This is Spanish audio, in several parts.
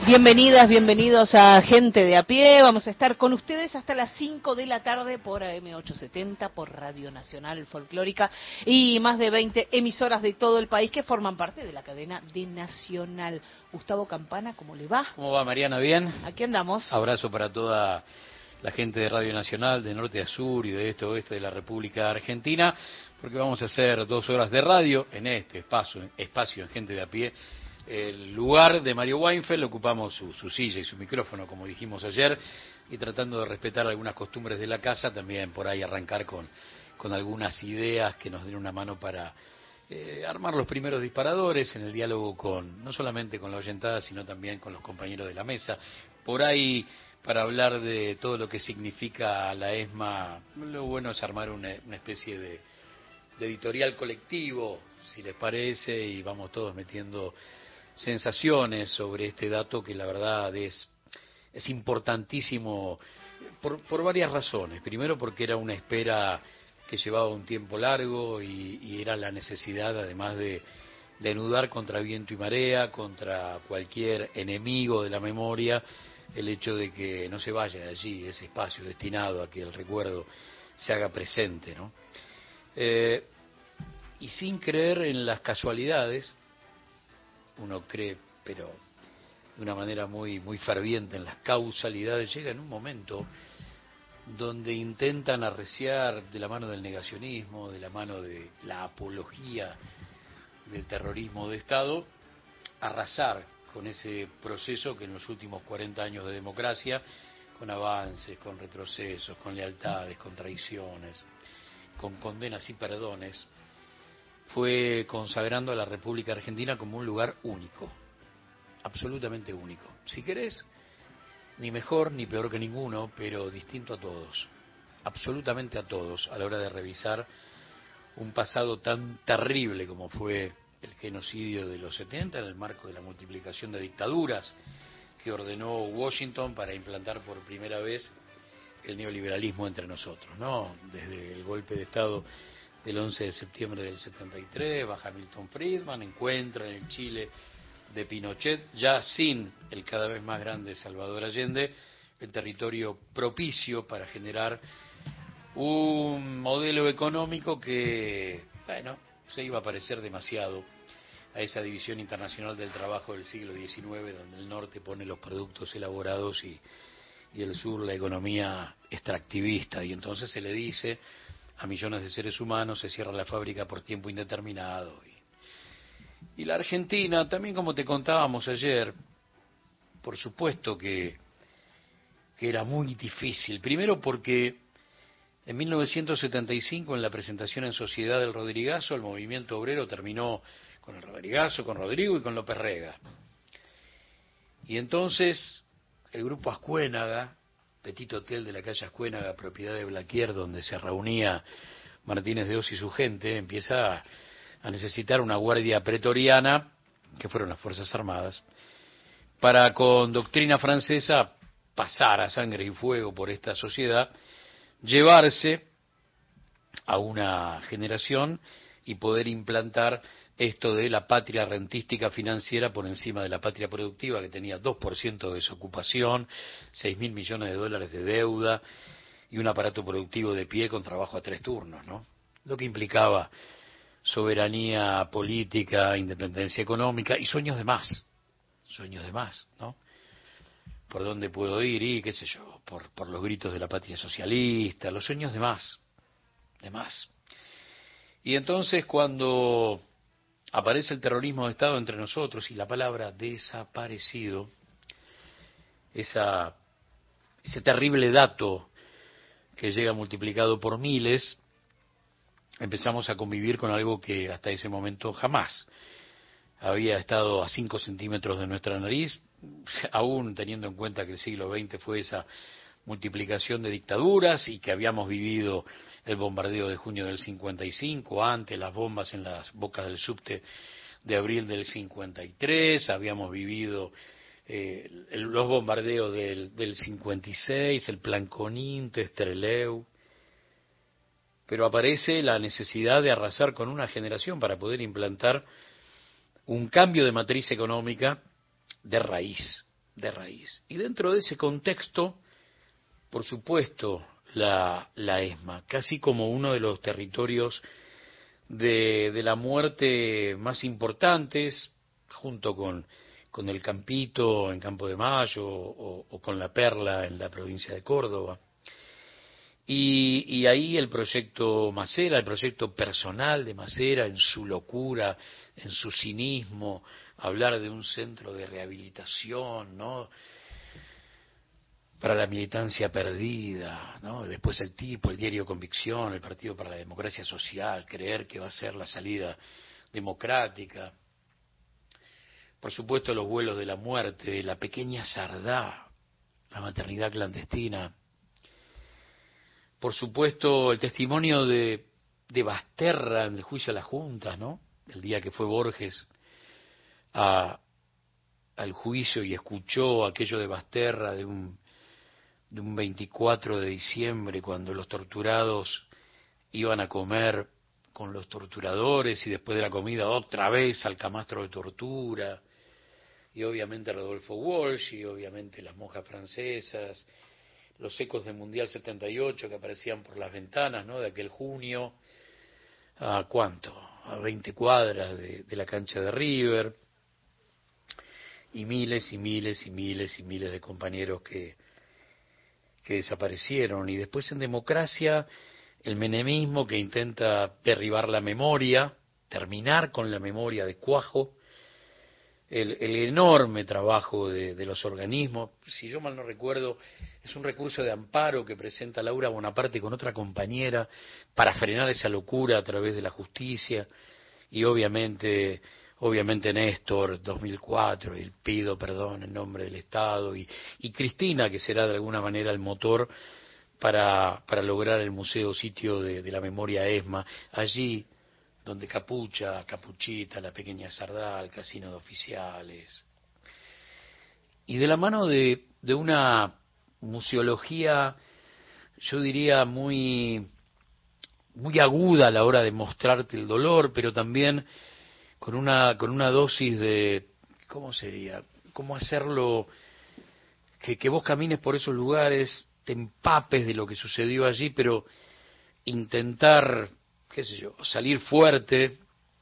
Bienvenidas, bienvenidos a Gente de a Pie. Vamos a estar con ustedes hasta las 5 de la tarde por AM870, por Radio Nacional Folclórica y más de 20 emisoras de todo el país que forman parte de la cadena de Nacional. Gustavo Campana, ¿cómo le va? ¿Cómo va, Mariana? ¿Bien? Aquí andamos. Abrazo para toda la gente de Radio Nacional, de norte a sur y de este a oeste de la República Argentina, porque vamos a hacer 2 horas de radio en este espacio en Gente de a Pie. El lugar de Mario Weinfeld, ocupamos su silla y su micrófono, como dijimos ayer, y tratando de respetar algunas costumbres de la casa, también por ahí arrancar con algunas ideas que nos den una mano para armar los primeros disparadores en el diálogo no solamente con la oyentada, sino también con los compañeros de la mesa. Por ahí, para hablar de todo lo que significa la ESMA, lo bueno es armar una especie de editorial colectivo, si les parece, y vamos todos metiendo sensaciones sobre este dato que la verdad es importantísimo por varias razones. Primero, porque era una espera que llevaba un tiempo largo y era la necesidad, además de anudar contra viento y marea, contra cualquier enemigo de la memoria, el hecho de que no se vaya de allí ese espacio destinado a que el recuerdo se haga presente, ¿no? Y sin creer en las casualidades, uno cree, pero de una manera muy, muy ferviente en las causalidades, llega en un momento donde intentan arreciar de la mano del negacionismo, de la mano de la apología del terrorismo de Estado, arrasar con ese proceso que en los últimos 40 años de democracia, con avances, con retrocesos, con lealtades, con traiciones, con condenas y perdones, fue consagrando a la República Argentina como un lugar único, absolutamente único. Si querés, ni mejor ni peor que ninguno, pero distinto a todos, absolutamente a todos, a la hora de revisar un pasado tan terrible como fue el genocidio de los 70 en el marco de la multiplicación de dictaduras que ordenó Washington para implantar por primera vez el neoliberalismo entre nosotros, ¿no? Desde el golpe de Estado del 11 de septiembre del 73, baja Milton Friedman, encuentra en el Chile de Pinochet, ya sin el cada vez más grande Salvador Allende, el territorio propicio para generar un modelo económico que, bueno, se iba a parecer demasiado a esa división internacional del trabajo del siglo XIX, donde el norte pone los productos elaborados y el sur la economía extractivista, y entonces se le dice a millones de seres humanos se cierra la fábrica por tiempo indeterminado. Y la Argentina, también como te contábamos ayer, por supuesto que era muy difícil. Primero porque en 1975, en la presentación en Sociedad del Rodrigazo, el movimiento obrero terminó con el Rodrigazo, con Rodrigo y con López Rega. Y entonces el grupo Ascuénaga, Petit Hotel de la calle Ascuénaga, propiedad de Blaquier, donde se reunía Martínez de Oz y su gente, empieza a necesitar una guardia pretoriana, que fueron las Fuerzas Armadas, para con doctrina francesa pasar a sangre y fuego por esta sociedad, llevarse a una generación y poder implantar esto de la patria rentística financiera por encima de la patria productiva, que tenía 2% de desocupación, 6.000 millones de dólares de deuda y un aparato productivo de pie con trabajo a 3 turnos, ¿no? Lo que implicaba soberanía política, independencia económica y sueños de más, ¿no? ¿Por dónde puedo ir? Y qué sé yo, por los gritos de la patria socialista, los sueños de más. Y entonces cuando aparece el terrorismo de Estado entre nosotros y la palabra desaparecido, ese terrible dato que llega multiplicado por miles, empezamos a convivir con algo que hasta ese momento jamás había estado a 5 centímetros de nuestra nariz, aún teniendo en cuenta que el siglo XX fue esa multiplicación de dictaduras y que habíamos vivido el bombardeo de junio del 55, antes las bombas en las bocas del subte de abril del 53, habíamos vivido los bombardeos del 56, el Plan Conintes, Trelew, pero aparece la necesidad de arrasar con una generación para poder implantar un cambio de matriz económica de raíz. de raíz. Y dentro de ese contexto, por supuesto, la ESMA, casi como uno de los territorios de la muerte más importantes, junto con el Campito en Campo de Mayo o con La Perla en la provincia de Córdoba. Y ahí el proyecto Macera, el proyecto personal de Macera, en su locura, en su cinismo, hablar de un centro de rehabilitación, ¿no?, para la militancia perdida, ¿no? Después el diario Convicción, el Partido para la Democracia Social, creer que va a ser la salida democrática. Por supuesto, los vuelos de la muerte, la pequeña Sardá, la maternidad clandestina. Por supuesto, el testimonio de Basterra en el juicio a las juntas, ¿no? El día que fue Borges al juicio y escuchó aquello de Basterra de un 24 de diciembre, cuando los torturados iban a comer con los torturadores y después de la comida otra vez al camastro de tortura, y obviamente Rodolfo Walsh, y obviamente las monjas francesas, los ecos del Mundial 78 que aparecían por las ventanas, ¿no?, de aquel junio, ¿a cuánto? A 20 cuadras de la cancha de River, y miles y miles y miles y miles de compañeros que desaparecieron. Y después en democracia, el menemismo que intenta derribar la memoria, terminar con la memoria de cuajo, el enorme trabajo de los organismos. Si yo mal no recuerdo, es un recurso de amparo que presenta Laura Bonaparte con otra compañera para frenar esa locura a través de la justicia, y obviamente Néstor, 2004, y pido perdón en nombre del Estado, y Cristina, que será de alguna manera el motor para lograr el Museo Sitio de la Memoria ESMA, allí donde Capucha, Capuchita, la pequeña Sardá, el casino de oficiales. Y de la mano de una museología, yo diría, muy aguda a la hora de mostrarte el dolor, pero también con una dosis de, ¿cómo sería?, cómo hacerlo, que vos camines por esos lugares, te empapes de lo que sucedió allí, pero intentar, qué sé yo, salir fuerte.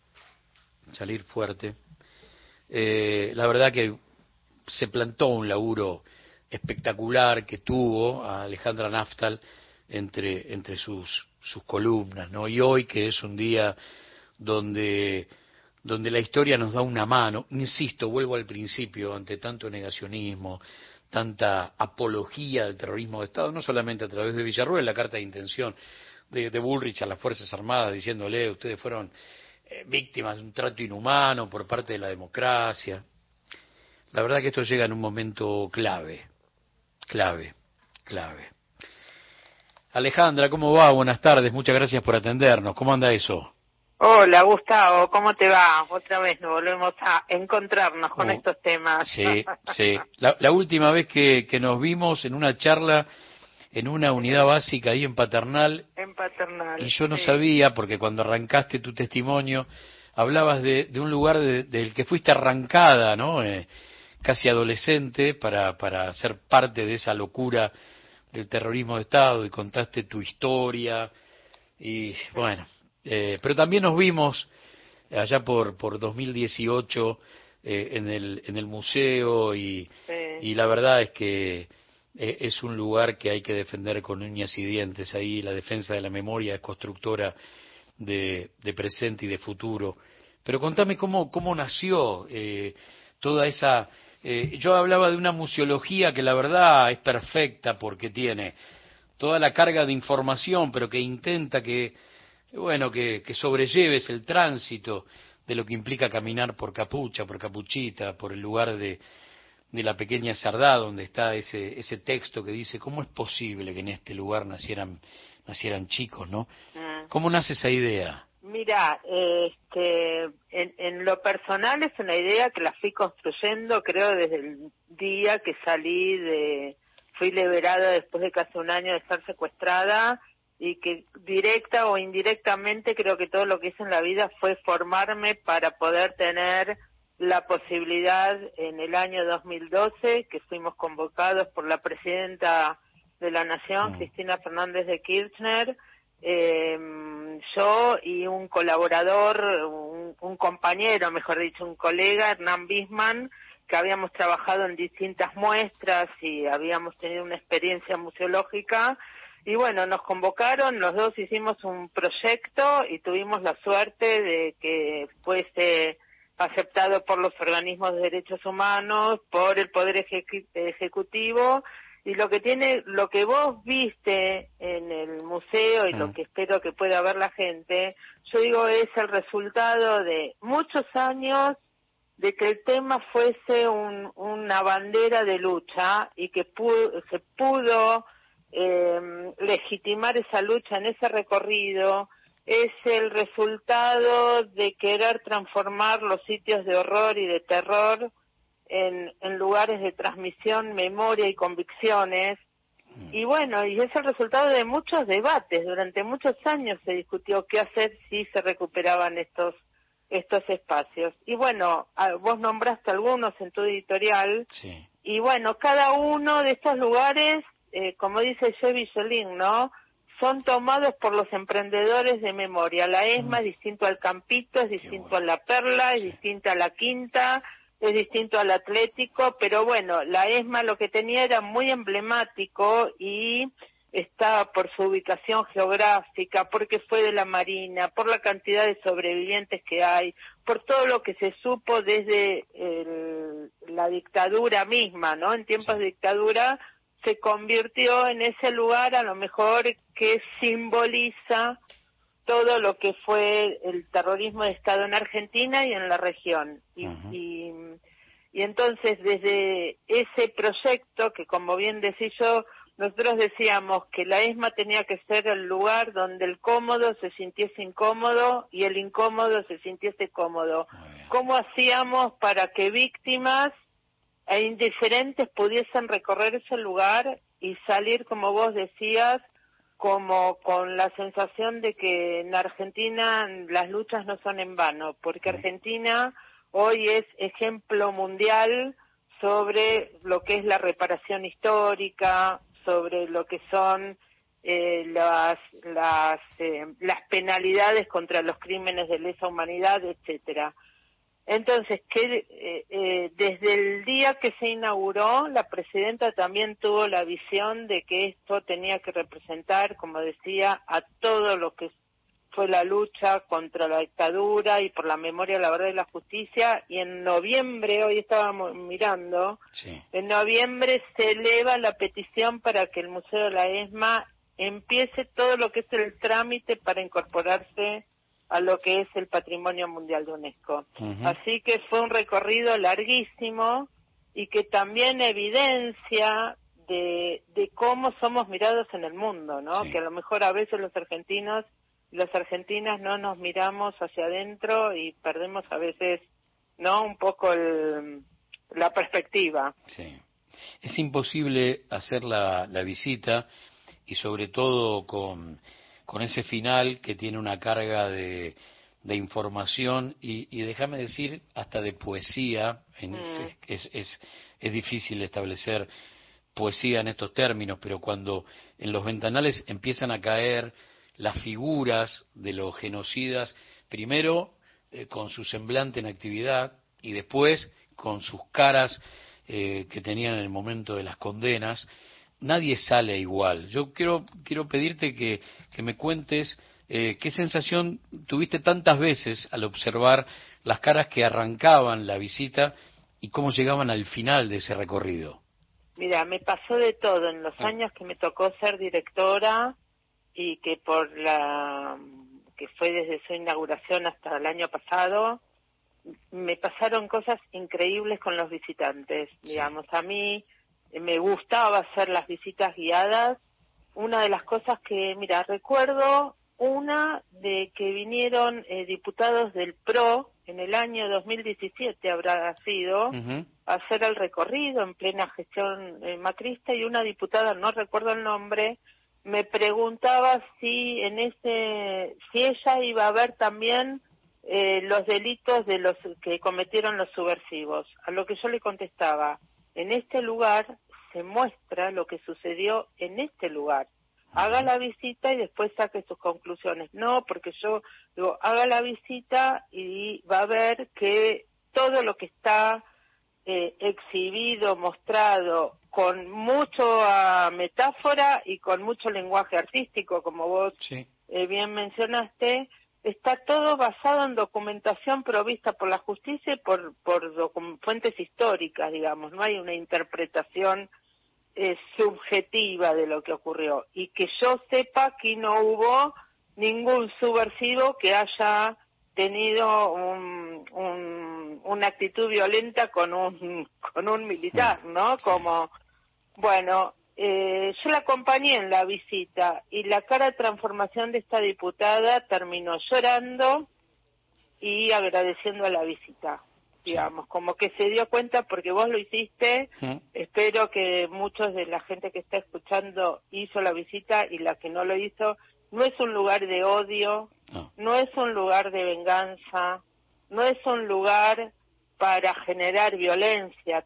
La verdad que se plantó un laburo espectacular que tuvo a Alejandra Naftal entre sus columnas, ¿no? Y hoy, que es un día donde la historia nos da una mano, insisto, vuelvo al principio, ante tanto negacionismo, tanta apología del terrorismo de Estado, no solamente a través de Villarroel, la carta de intención de Bullrich a las Fuerzas Armadas diciéndole: ustedes fueron víctimas de un trato inhumano por parte de la democracia. La verdad que esto llega en un momento clave. Alejandra, ¿cómo va? Buenas tardes, muchas gracias por atendernos. ¿Cómo anda eso? Hola, Gustavo, ¿cómo te va? Otra vez nos volvemos a encontrarnos con estos temas. Sí. La última vez que nos vimos en una charla en una unidad básica ahí en Paternal. Y yo no sabía, porque cuando arrancaste tu testimonio, hablabas de un lugar del que fuiste arrancada, ¿no? Casi adolescente, para ser parte de esa locura del terrorismo de Estado, y contaste tu historia. Y bueno, pero también nos vimos allá por 2018 en el museo, y la verdad es que es un lugar que hay que defender con uñas y dientes. Ahí la defensa de la memoria es constructora de presente y de futuro. Pero contame cómo nació toda esa... yo hablaba de una museología que la verdad es perfecta, porque tiene toda la carga de información, pero que intenta que sobrelleves el tránsito de lo que implica caminar por Capucha, por Capuchita, por el lugar de la pequeña Sardá, donde está ese texto que dice: ¿cómo es posible que en este lugar nacieran chicos, ¿no? ¿Cómo nace esa idea? Mira, en lo personal es una idea que la fui construyendo, creo, desde el día que fui liberada después de casi un año de estar secuestrada, y que directa o indirectamente creo que todo lo que hice en la vida fue formarme para poder tener la posibilidad en el año 2012, que fuimos convocados por la presidenta de la Nación, Cristina Fernández de Kirchner, yo y un colaborador, un compañero, mejor dicho, un colega, Hernán Bisman, que habíamos trabajado en distintas muestras y habíamos tenido una experiencia museológica. Y bueno, nos convocaron, los dos hicimos un proyecto y tuvimos la suerte de que fuese aceptado por los organismos de derechos humanos, por el Poder Ejecutivo, y lo que vos viste en el museo y lo que espero que pueda ver la gente, yo digo, es el resultado de muchos años de que el tema fuese una bandera de lucha y que se pudo legitimar esa lucha en ese recorrido. Es el resultado de querer transformar los sitios de horror y de terror en lugares de transmisión, memoria y convicciones. Y bueno, y es el resultado de muchos debates. Durante muchos años se discutió qué hacer si se recuperaban estos espacios. Y bueno, vos nombraste algunos en tu editorial. Sí. Y bueno, cada uno de estos lugares, como dice Chevy Jolin, ¿no?, son tomados por los emprendedores de memoria. La ESMA es distinto al Campito, es distinto a la Perla, es distinta a la Quinta, es distinto al Atlético, pero bueno, la ESMA lo que tenía era muy emblemático y está por su ubicación geográfica, porque fue de la Marina, por la cantidad de sobrevivientes que hay, por todo lo que se supo desde la dictadura misma, ¿no? En tiempos de dictadura se convirtió en ese lugar a lo mejor que simboliza todo lo que fue el terrorismo de Estado en Argentina y en la región. Y entonces desde ese proyecto, que como bien decía yo, nosotros decíamos que la ESMA tenía que ser el lugar donde el cómodo se sintiese incómodo y el incómodo se sintiese cómodo. ¿Cómo hacíamos para que víctimas e indiferentes pudiesen recorrer ese lugar y salir, como vos decías, como con la sensación de que en Argentina las luchas no son en vano, porque Argentina hoy es ejemplo mundial sobre lo que es la reparación histórica, sobre lo que son las penalidades contra los crímenes de lesa humanidad, etcétera. Entonces, desde el día que se inauguró, la presidenta también tuvo la visión de que esto tenía que representar, como decía, a todo lo que fue la lucha contra la dictadura y por la memoria, la verdad y la justicia. Y en noviembre, hoy estábamos mirando, en noviembre se eleva la petición para que el Museo de la ESMA empiece todo lo que es el trámite para incorporarse a lo que es el Patrimonio Mundial de UNESCO. Así que fue un recorrido larguísimo y que también evidencia de cómo somos mirados en el mundo, ¿no? Que a lo mejor a veces los argentinos y las argentinas no nos miramos hacia adentro y perdemos a veces, ¿no?, un poco la perspectiva. Sí. Es imposible hacer la visita y sobre todo con ese final que tiene una carga de información y déjame decir hasta de poesía. Es difícil establecer poesía en estos términos, pero cuando en los ventanales empiezan a caer las figuras de los genocidas, primero con su semblante en actividad y después con sus caras que tenían en el momento de las condenas, nadie sale igual. Yo quiero pedirte que me cuentes qué sensación tuviste tantas veces al observar las caras que arrancaban la visita y cómo llegaban al final de ese recorrido. Mira, me pasó de todo en los años que me tocó ser directora y que que fue desde su inauguración hasta el año pasado, me pasaron cosas increíbles con los visitantes. Digamos, a mí me gustaba hacer las visitas guiadas. Una de las cosas que, mira, recuerdo una de que vinieron diputados del PRO en el año 2017, habrá sido, a hacer el recorrido en plena gestión macrista, y una diputada, no recuerdo el nombre, me preguntaba si ella iba a ver también los delitos de los que cometieron los subversivos. A lo que yo le contestaba, en este lugar se muestra lo que sucedió en este lugar. Haga la visita y después saque sus conclusiones. No, porque yo digo, haga la visita y va a ver que todo lo que está exhibido, mostrado, con mucha metáfora y con mucho lenguaje artístico, como vos bien mencionaste, está todo basado en documentación provista por la justicia y por fuentes históricas, digamos. No hay una interpretación subjetiva de lo que ocurrió. Y que yo sepa, aquí no hubo ningún subversivo que haya tenido una actitud violenta con un militar, ¿no? Como, bueno, yo la acompañé en la visita y la cara de transformación de esta diputada terminó llorando y agradeciendo a la visita, digamos, como que se dio cuenta porque vos lo hiciste. Espero que muchos de la gente que está escuchando hizo la visita, y la que no lo hizo, no es un lugar de odio, no es un lugar de venganza, no es un lugar para generar violencia,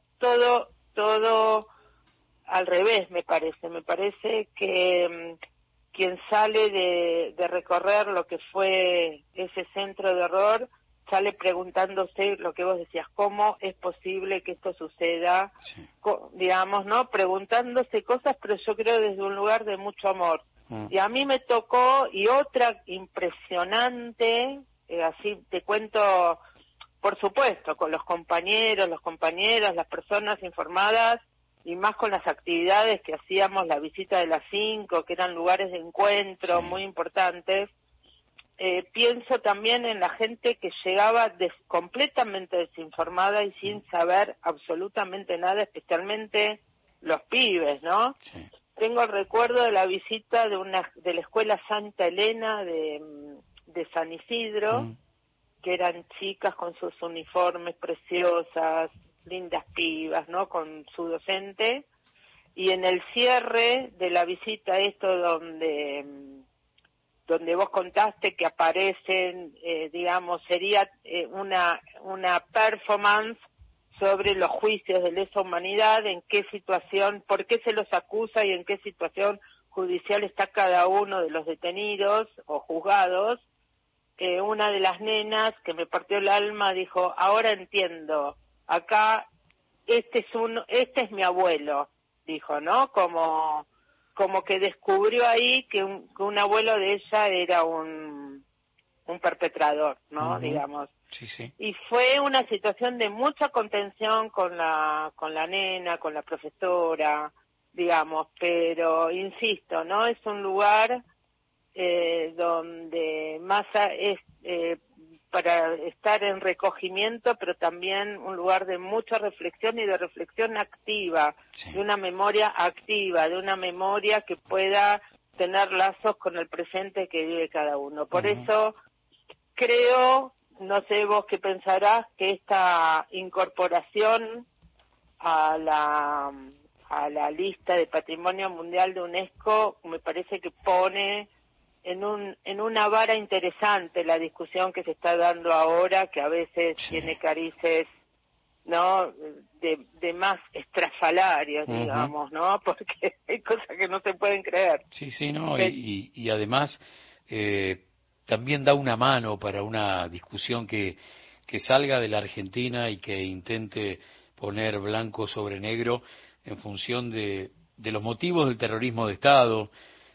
todo al revés, me parece que quien sale de recorrer lo que fue ese centro de horror sale preguntándose lo que vos decías, ¿cómo es posible que esto suceda? Digamos, ¿no? Preguntándose cosas, pero yo creo desde un lugar de mucho amor. Y a mí me tocó, y otra impresionante, así te cuento, por supuesto, con los compañeros, las compañeras, las personas informadas, y más con las actividades que hacíamos, la visita de las 5, que eran lugares de encuentro muy importantes. Pienso también en la gente que llegaba completamente desinformada y sin saber absolutamente nada, especialmente los pibes, ¿no? Sí. Tengo el recuerdo de la visita de la escuela Santa Elena de San Isidro, que eran chicas con sus uniformes preciosas, lindas pibas, ¿no? Con su docente, y en el cierre de la visita, esto donde vos contaste que aparecen, digamos, sería una performance sobre los juicios de lesa humanidad, en qué situación, por qué se los acusa y en qué situación judicial está cada uno de los detenidos o juzgados. Una de las nenas que me partió el alma dijo, ahora entiendo, acá este es mi abuelo, dijo, ¿no? Como que descubrió ahí que un abuelo de ella era un perpetrador, ¿no? Digamos. Sí. Y fue una situación de mucha contención con la nena, con la profesora, digamos, pero insisto, ¿no? Es un lugar donde más es para estar en recogimiento, pero también un lugar de mucha reflexión y de reflexión activa, de una memoria activa, de una memoria que pueda tener lazos con el presente que vive cada uno. Por eso creo, no sé vos qué pensarás, que esta incorporación a la lista de Patrimonio Mundial de UNESCO me parece que pone en una vara interesante la discusión que se está dando ahora, que a veces tiene carices, ¿no?, de más estrafalarios, digamos, ¿no?, porque hay cosas que no se pueden creer. Sí, no, y además también da una mano para una discusión que salga de la Argentina y que intente poner blanco sobre negro en función de los motivos del terrorismo de Estado,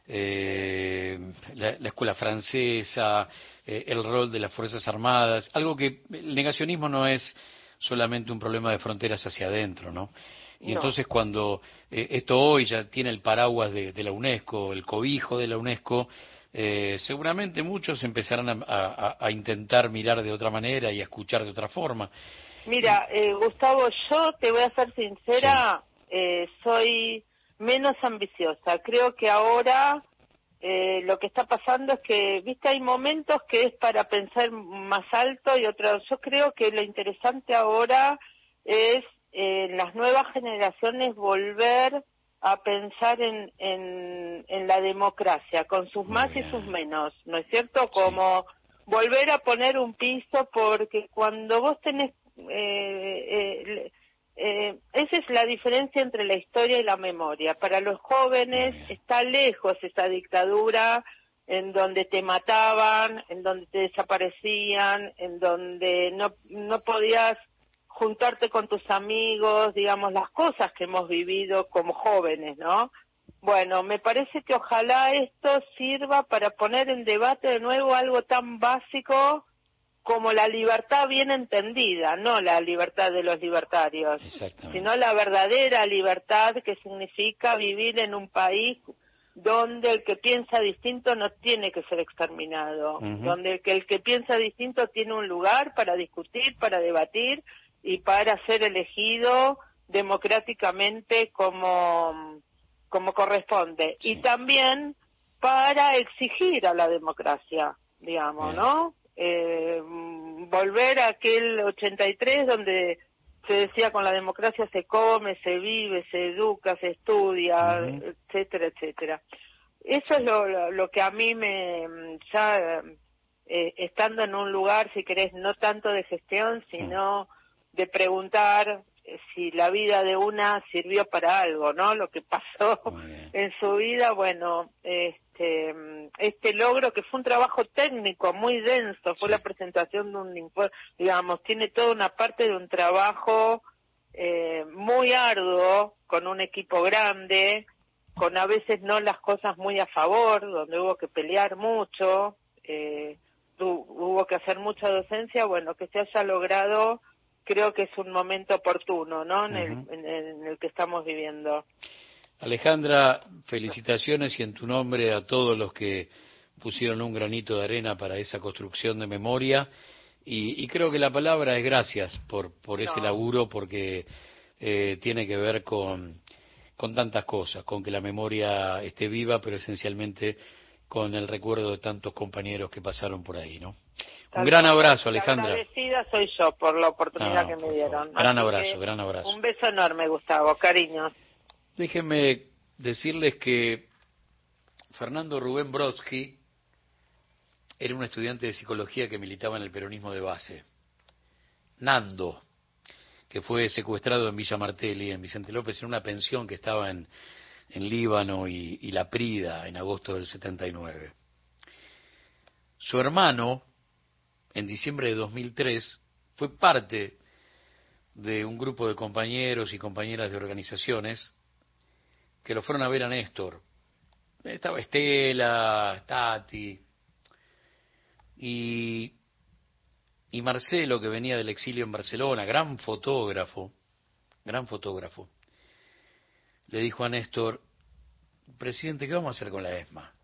la escuela francesa, el rol de las Fuerzas Armadas, algo que el negacionismo no es solamente un problema de fronteras hacia adentro, ¿no? Y entonces cuando esto hoy ya tiene el paraguas de la UNESCO, el cobijo de la UNESCO, seguramente muchos empezarán a intentar mirar de otra manera y a escuchar de otra forma. Mira, Gustavo, yo te voy a ser sincera, soy menos ambiciosa. Creo que ahora lo que está pasando es que, viste, hay momentos que es para pensar más alto y otros. Yo creo que lo interesante ahora es en las nuevas generaciones volver a pensar en la democracia, con sus más y sus menos, ¿no es cierto? Como volver a poner un piso, porque cuando vos tenés esa es la diferencia entre la historia y la memoria. Para los jóvenes está lejos esa dictadura en donde te mataban, en donde te desaparecían, en donde no podías juntarte con tus amigos, digamos, las cosas que hemos vivido como jóvenes, ¿no? Bueno, me parece que ojalá esto sirva para poner en debate de nuevo algo tan básico como la libertad bien entendida, no la libertad de los libertarios, sino la verdadera libertad, que significa vivir en un país donde el que piensa distinto no tiene que ser exterminado, donde el que piensa distinto tiene un lugar para discutir, para debatir y para ser elegido democráticamente como corresponde, y también para exigir a la democracia, digamos, ¿no? Volver a aquel 83 donde se decía con la democracia se come, se vive, se educa, se estudia, etcétera, etcétera. Eso es lo que a mí estando en un lugar, si querés, no tanto de gestión, sino de preguntar si la vida de una sirvió para algo, ¿no? Lo que pasó en su vida, bueno, este logro, que fue un trabajo técnico muy denso, fue la presentación de un informe, digamos, tiene toda una parte de un trabajo muy arduo, con un equipo grande, con a veces no las cosas muy a favor, donde hubo que pelear mucho, hubo que hacer mucha docencia. Bueno, que se haya logrado, creo que es un momento oportuno, ¿no? En el que estamos viviendo. Alejandra, felicitaciones, y en tu nombre a todos los que pusieron un granito de arena para esa construcción de memoria, y creo que la palabra es gracias por ese laburo, porque tiene que ver con tantas cosas, con que la memoria esté viva, pero esencialmente con el recuerdo de tantos compañeros que pasaron por ahí, ¿no? Un gran abrazo, Alejandra. Agradecida soy yo por la oportunidad que me dieron. Gran abrazo, gran abrazo. Un beso enorme, Gustavo, cariños. Déjenme decirles que Fernando Rubén Brodsky era un estudiante de psicología que militaba en el peronismo de base. Nando, que fue secuestrado en Villa Martelli, en Vicente López, en una pensión que estaba en Líbano y La Prida, en agosto del 79. Su hermano, en diciembre de 2003, fue parte de un grupo de compañeros y compañeras de organizaciones que lo fueron a ver a Néstor. Estaba Estela, Tati, y Marcelo, que venía del exilio en Barcelona, gran fotógrafo, le dijo a Néstor: presidente, ¿qué vamos a hacer con la ESMA?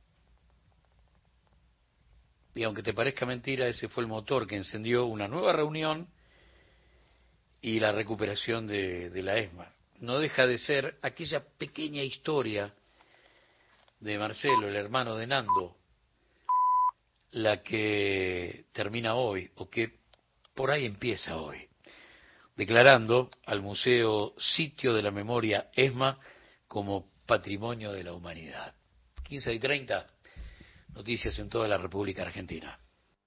Y aunque te parezca mentira, ese fue el motor que encendió una nueva reunión y la recuperación de la ESMA. No deja de ser aquella pequeña historia de Marcelo, el hermano de Nando, la que termina hoy, o que por ahí empieza hoy, declarando al Museo Sitio de la Memoria ESMA como Patrimonio de la Humanidad. 15:30, noticias en toda la República Argentina.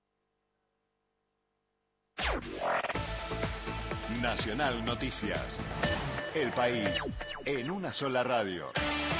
Nacional Noticias. El país en una sola radio.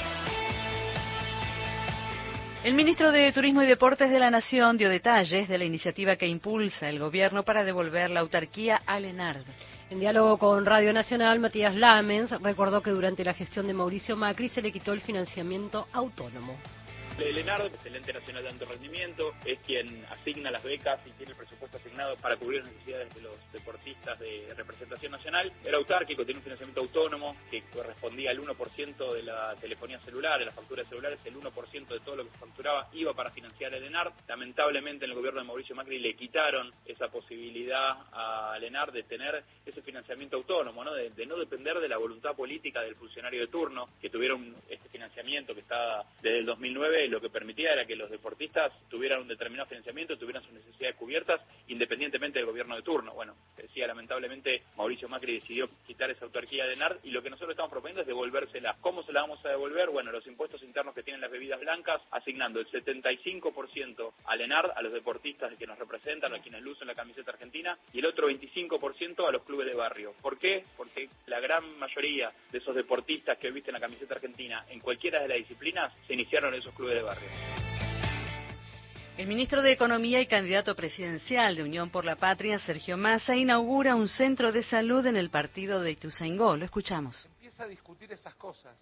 El ministro de Turismo y Deportes de la Nación dio detalles de la iniciativa que impulsa el gobierno para devolver la autarquía al ENARD. En diálogo con Radio Nacional, Matías Lamens recordó que durante la gestión de Mauricio Macri se le quitó el financiamiento autónomo. El ENARD, el Ente Nacional de Alto Rendimiento, es quien asigna las becas y tiene el presupuesto asignado para cubrir las necesidades de los deportistas de representación nacional. Era autárquico, tiene un financiamiento autónomo que correspondía al 1% de la telefonía celular, de las facturas celulares. El 1% de todo lo que se facturaba iba para financiar el ENARD. Lamentablemente, en el gobierno de Mauricio Macri le quitaron esa posibilidad al ENARD de tener ese financiamiento autónomo, ¿no? De no depender de la voluntad política del funcionario de turno, que tuvieron este financiamiento que está desde el 2009, lo que permitía era que los deportistas tuvieran un determinado financiamiento, tuvieran sus necesidades cubiertas, independientemente del gobierno de turno. Bueno, decía, lamentablemente Mauricio Macri decidió quitar esa autarquía de ENARD, y lo que nosotros estamos proponiendo es devolvérsela. ¿Cómo se la vamos a devolver? Bueno, los impuestos internos que tienen las bebidas blancas, asignando el 75% al ENARD, a los deportistas que nos representan, a quienes lucen la camiseta argentina, y el otro 25% a los clubes de barrio. ¿Por qué? Porque la gran mayoría de esos deportistas que visten la camiseta argentina en cualquiera de las disciplinas se iniciaron en esos clubes de barrio. El ministro de Economía y candidato presidencial de Unión por la Patria, Sergio Massa, inaugura un centro de salud en el partido de Ituzaingó. Lo escuchamos. Empieza a discutir esas cosas.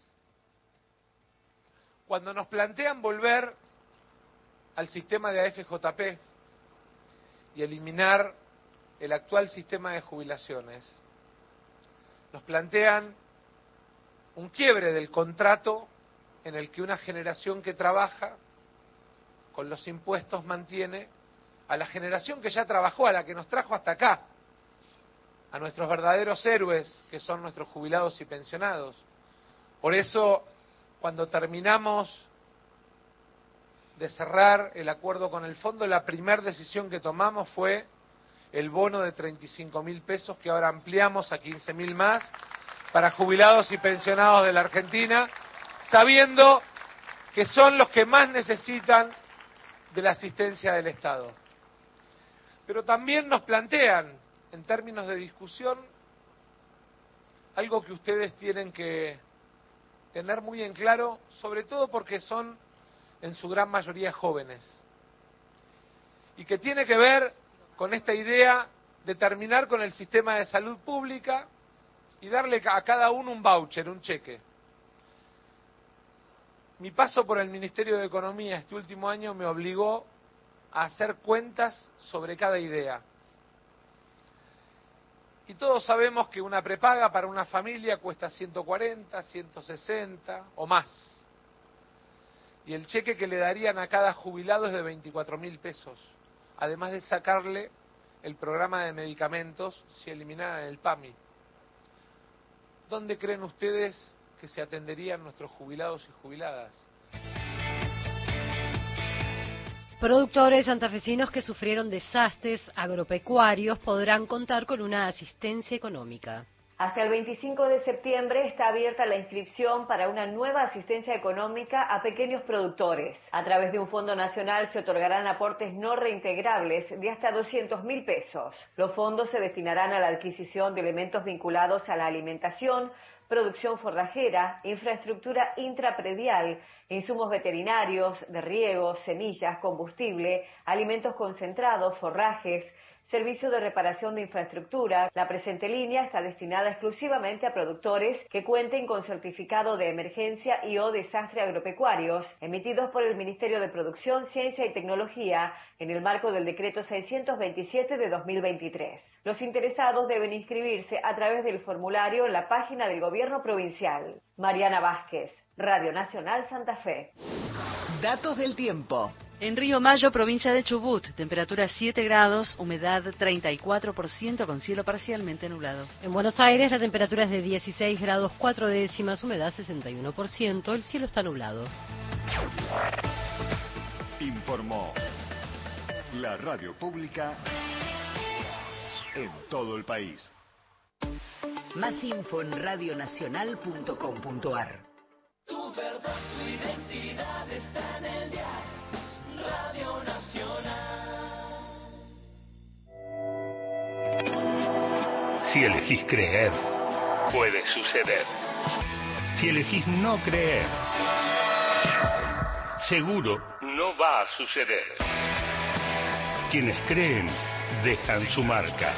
Cuando nos plantean volver al sistema de AFJP y eliminar el actual sistema de jubilaciones, nos plantean un quiebre del contrato en el que una generación que trabaja con los impuestos mantiene a la generación que ya trabajó, a la que nos trajo hasta acá, a nuestros verdaderos héroes, que son nuestros jubilados y pensionados. Por eso, cuando terminamos de cerrar el acuerdo con el fondo, la primera decisión que tomamos fue el bono de 35.000 pesos, que ahora ampliamos a 15.000 más, para jubilados y pensionados de la Argentina, sabiendo que son los que más necesitan de la asistencia del Estado. Pero también nos plantean, en términos de discusión, algo que ustedes tienen que tener muy en claro, sobre todo porque son en su gran mayoría jóvenes, y que tiene que ver con esta idea de terminar con el sistema de salud pública y darle a cada uno un voucher, un cheque. Mi paso por el Ministerio de Economía este último año me obligó a hacer cuentas sobre cada idea. Y todos sabemos que una prepaga para una familia cuesta 140, 160 o más. Y el cheque que le darían a cada jubilado es de 24.000 pesos, además de sacarle el programa de medicamentos si eliminaran el PAMI. ¿Dónde creen ustedes que se atenderían nuestros jubilados y jubiladas? Productores santafesinos que sufrieron desastres agropecuarios podrán contar con una asistencia económica. Hasta el 25 de septiembre está abierta la inscripción para una nueva asistencia económica a pequeños productores. A través de un fondo nacional se otorgarán aportes no reintegrables de hasta 200.000 pesos. Los fondos se destinarán a la adquisición de elementos vinculados a la alimentación, producción forrajera, infraestructura intrapredial, insumos veterinarios, de riego, semillas, combustible, alimentos concentrados, forrajes, servicio de reparación de infraestructura. La presente línea está destinada exclusivamente a productores que cuenten con certificado de emergencia y o desastre agropecuarios, emitidos por el Ministerio de Producción, Ciencia y Tecnología en el marco del Decreto 627 de 2023. Los interesados deben inscribirse a través del formulario en la página del Gobierno Provincial. Mariana Vázquez, Radio Nacional Santa Fe. Datos del tiempo. En Río Mayo, provincia de Chubut, temperatura 7 grados, humedad 34%, con cielo parcialmente nublado. En Buenos Aires, la temperatura es de 16 grados 4 décimas, humedad 61%, el cielo está nublado. Informó la radio pública en todo el país. Más info en radionacional.com.ar. Tu verdad, tu identidad está en el diario. Radio Nacional. Si elegís creer, puede suceder. Si elegís no creer, seguro no va a suceder. Quienes creen, dejan su marca.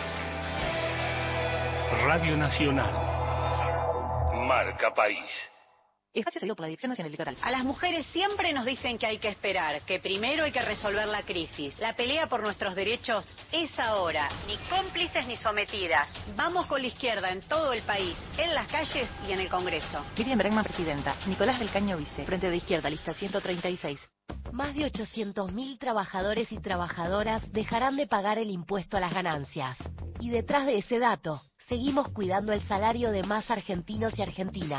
Radio Nacional. Marca País. Espacio cedido por la Dirección Nacional Electoral. A las mujeres siempre nos dicen que hay que esperar, que primero hay que resolver la crisis. La pelea por nuestros derechos es ahora. Ni cómplices ni sometidas. Vamos con la izquierda en todo el país, en las calles y en el Congreso. Miriam Bregman, presidenta. Nicolás del Caño, vice. Frente de Izquierda, lista 136. Más de 800.000 trabajadores y trabajadoras dejarán de pagar el impuesto a las ganancias. Y detrás de ese dato, seguimos cuidando el salario de más argentinos y argentinas.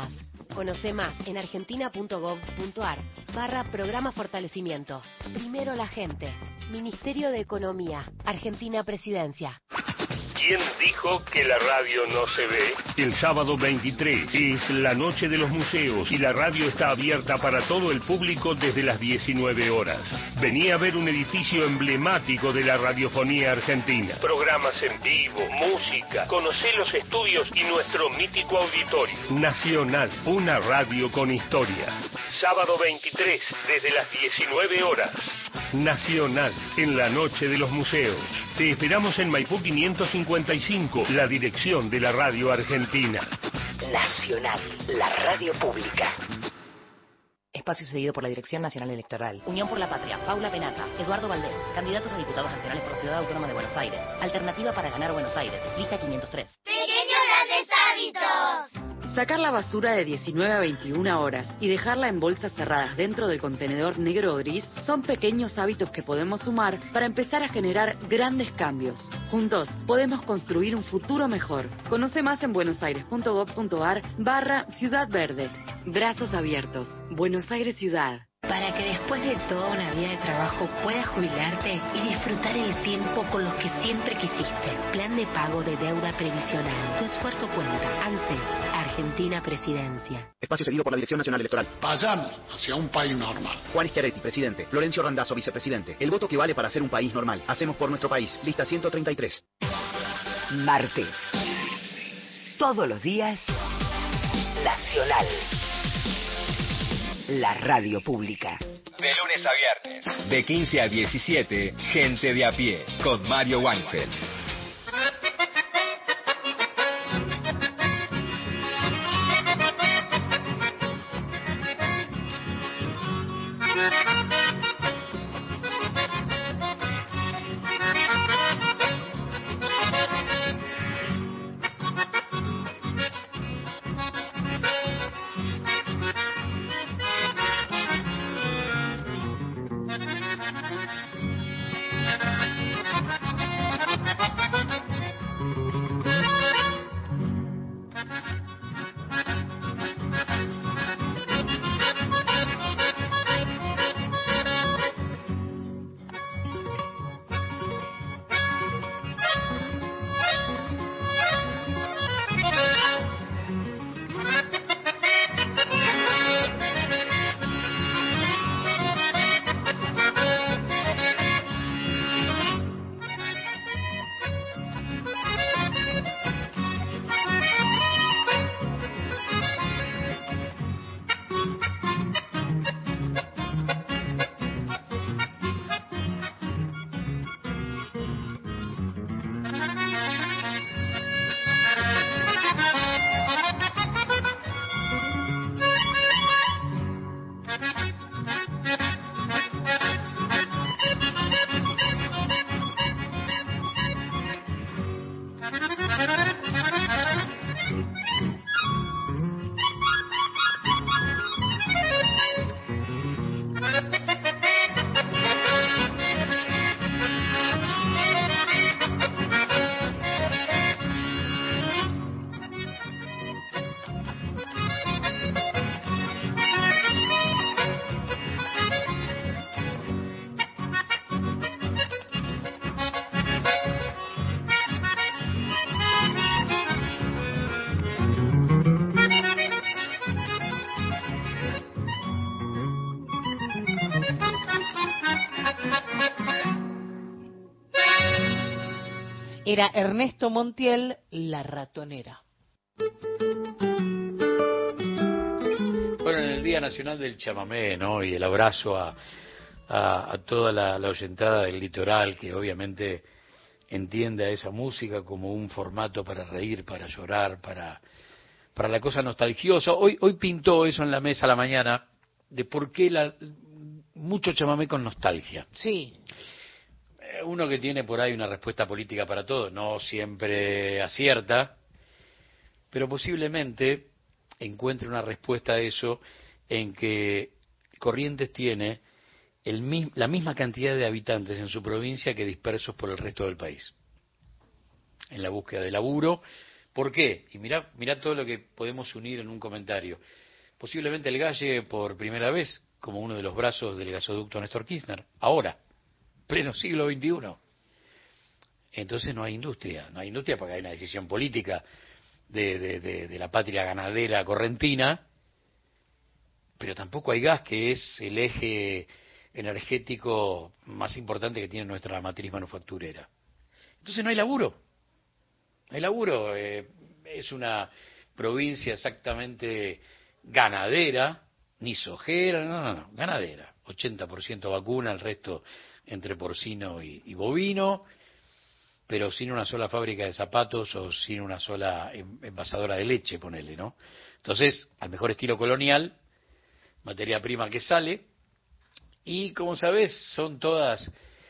Conoce más en argentina.gov.ar/programa fortalecimiento. Primero la gente. Ministerio de Economía. Argentina Presidencia. ¿Quién dijo que la radio no se ve? El sábado 23 es la Noche de los Museos y la radio está abierta para todo el público desde las 19 horas. Vení a ver un edificio emblemático de la radiofonía argentina. Programas en vivo, música, conocé los estudios y nuestro mítico auditorio. Nacional, una radio con historia. Sábado 23, desde las 19 horas. Nacional, en la Noche de los Museos. Te esperamos en Maipú 555, la dirección de la radio argentina. Nacional, la radio pública. Espacio cedido por la Dirección Nacional Electoral. Unión por la Patria, Paula Penata, Eduardo Valdés, candidatos a diputados nacionales por Ciudad Autónoma de Buenos Aires. Alternativa para ganar Buenos Aires, lista 503. ¡Pequeños grandes hábitos! Sacar la basura de 19 a 21 horas y dejarla en bolsas cerradas dentro del contenedor negro o gris son pequeños hábitos que podemos sumar para empezar a generar grandes cambios. Juntos podemos construir un futuro mejor. Conoce más en buenosaires.gov.ar/Ciudad Verde. Brazos abiertos. Buenos Aires Ciudad. Para que después de toda una vida de trabajo puedas jubilarte y disfrutar el tiempo con los que siempre quisiste. Plan de pago de deuda previsional. Tu esfuerzo cuenta. ANSES, Argentina Presidencia. Espacio cedido por la Dirección Nacional Electoral. Vayamos hacia un país normal. Juan Schiaretti, presidente. Florencio Randazzo, vicepresidente. El voto que vale para ser un país normal. Hacemos por nuestro país. Lista 133. Martes. Todos los días. Nacional. La radio pública. De lunes a viernes. De 15 a 17, Gente de a pie, con Mario Weinfeld. Era Ernesto Montiel, La Ratonera. Bueno, en el Día Nacional del Chamamé, ¿no? Y el abrazo a toda la oyentada del litoral, que obviamente entiende a esa música como un formato para reír, para llorar, para la cosa nostalgiosa. Hoy pintó eso en la mesa a la mañana, de por qué mucho chamamé con nostalgia. Sí. Uno que tiene por ahí una respuesta política para todo, no siempre acierta, pero posiblemente encuentre una respuesta a eso en que Corrientes tiene la misma cantidad de habitantes en su provincia que dispersos por el resto del país. En la búsqueda de laburo. ¿Por qué? Y mirá todo lo que podemos unir en un comentario. posiblemente el gas llegue por primera vez como uno de los brazos del gasoducto Néstor Kirchner, ahora, pleno siglo XXI. Entonces no hay industria porque hay una decisión política de la patria ganadera correntina, pero tampoco hay gas, que es el eje energético más importante que tiene nuestra matriz manufacturera. Entonces no hay laburo. Es una provincia exactamente ganadera, ni sojera, no, ganadera. 80% vacuna, el resto entre porcino y bovino, pero sin una sola fábrica de zapatos o sin una sola envasadora de leche, ponele, ¿no? Entonces, al mejor estilo colonial, materia prima que sale, y como sabés, son todos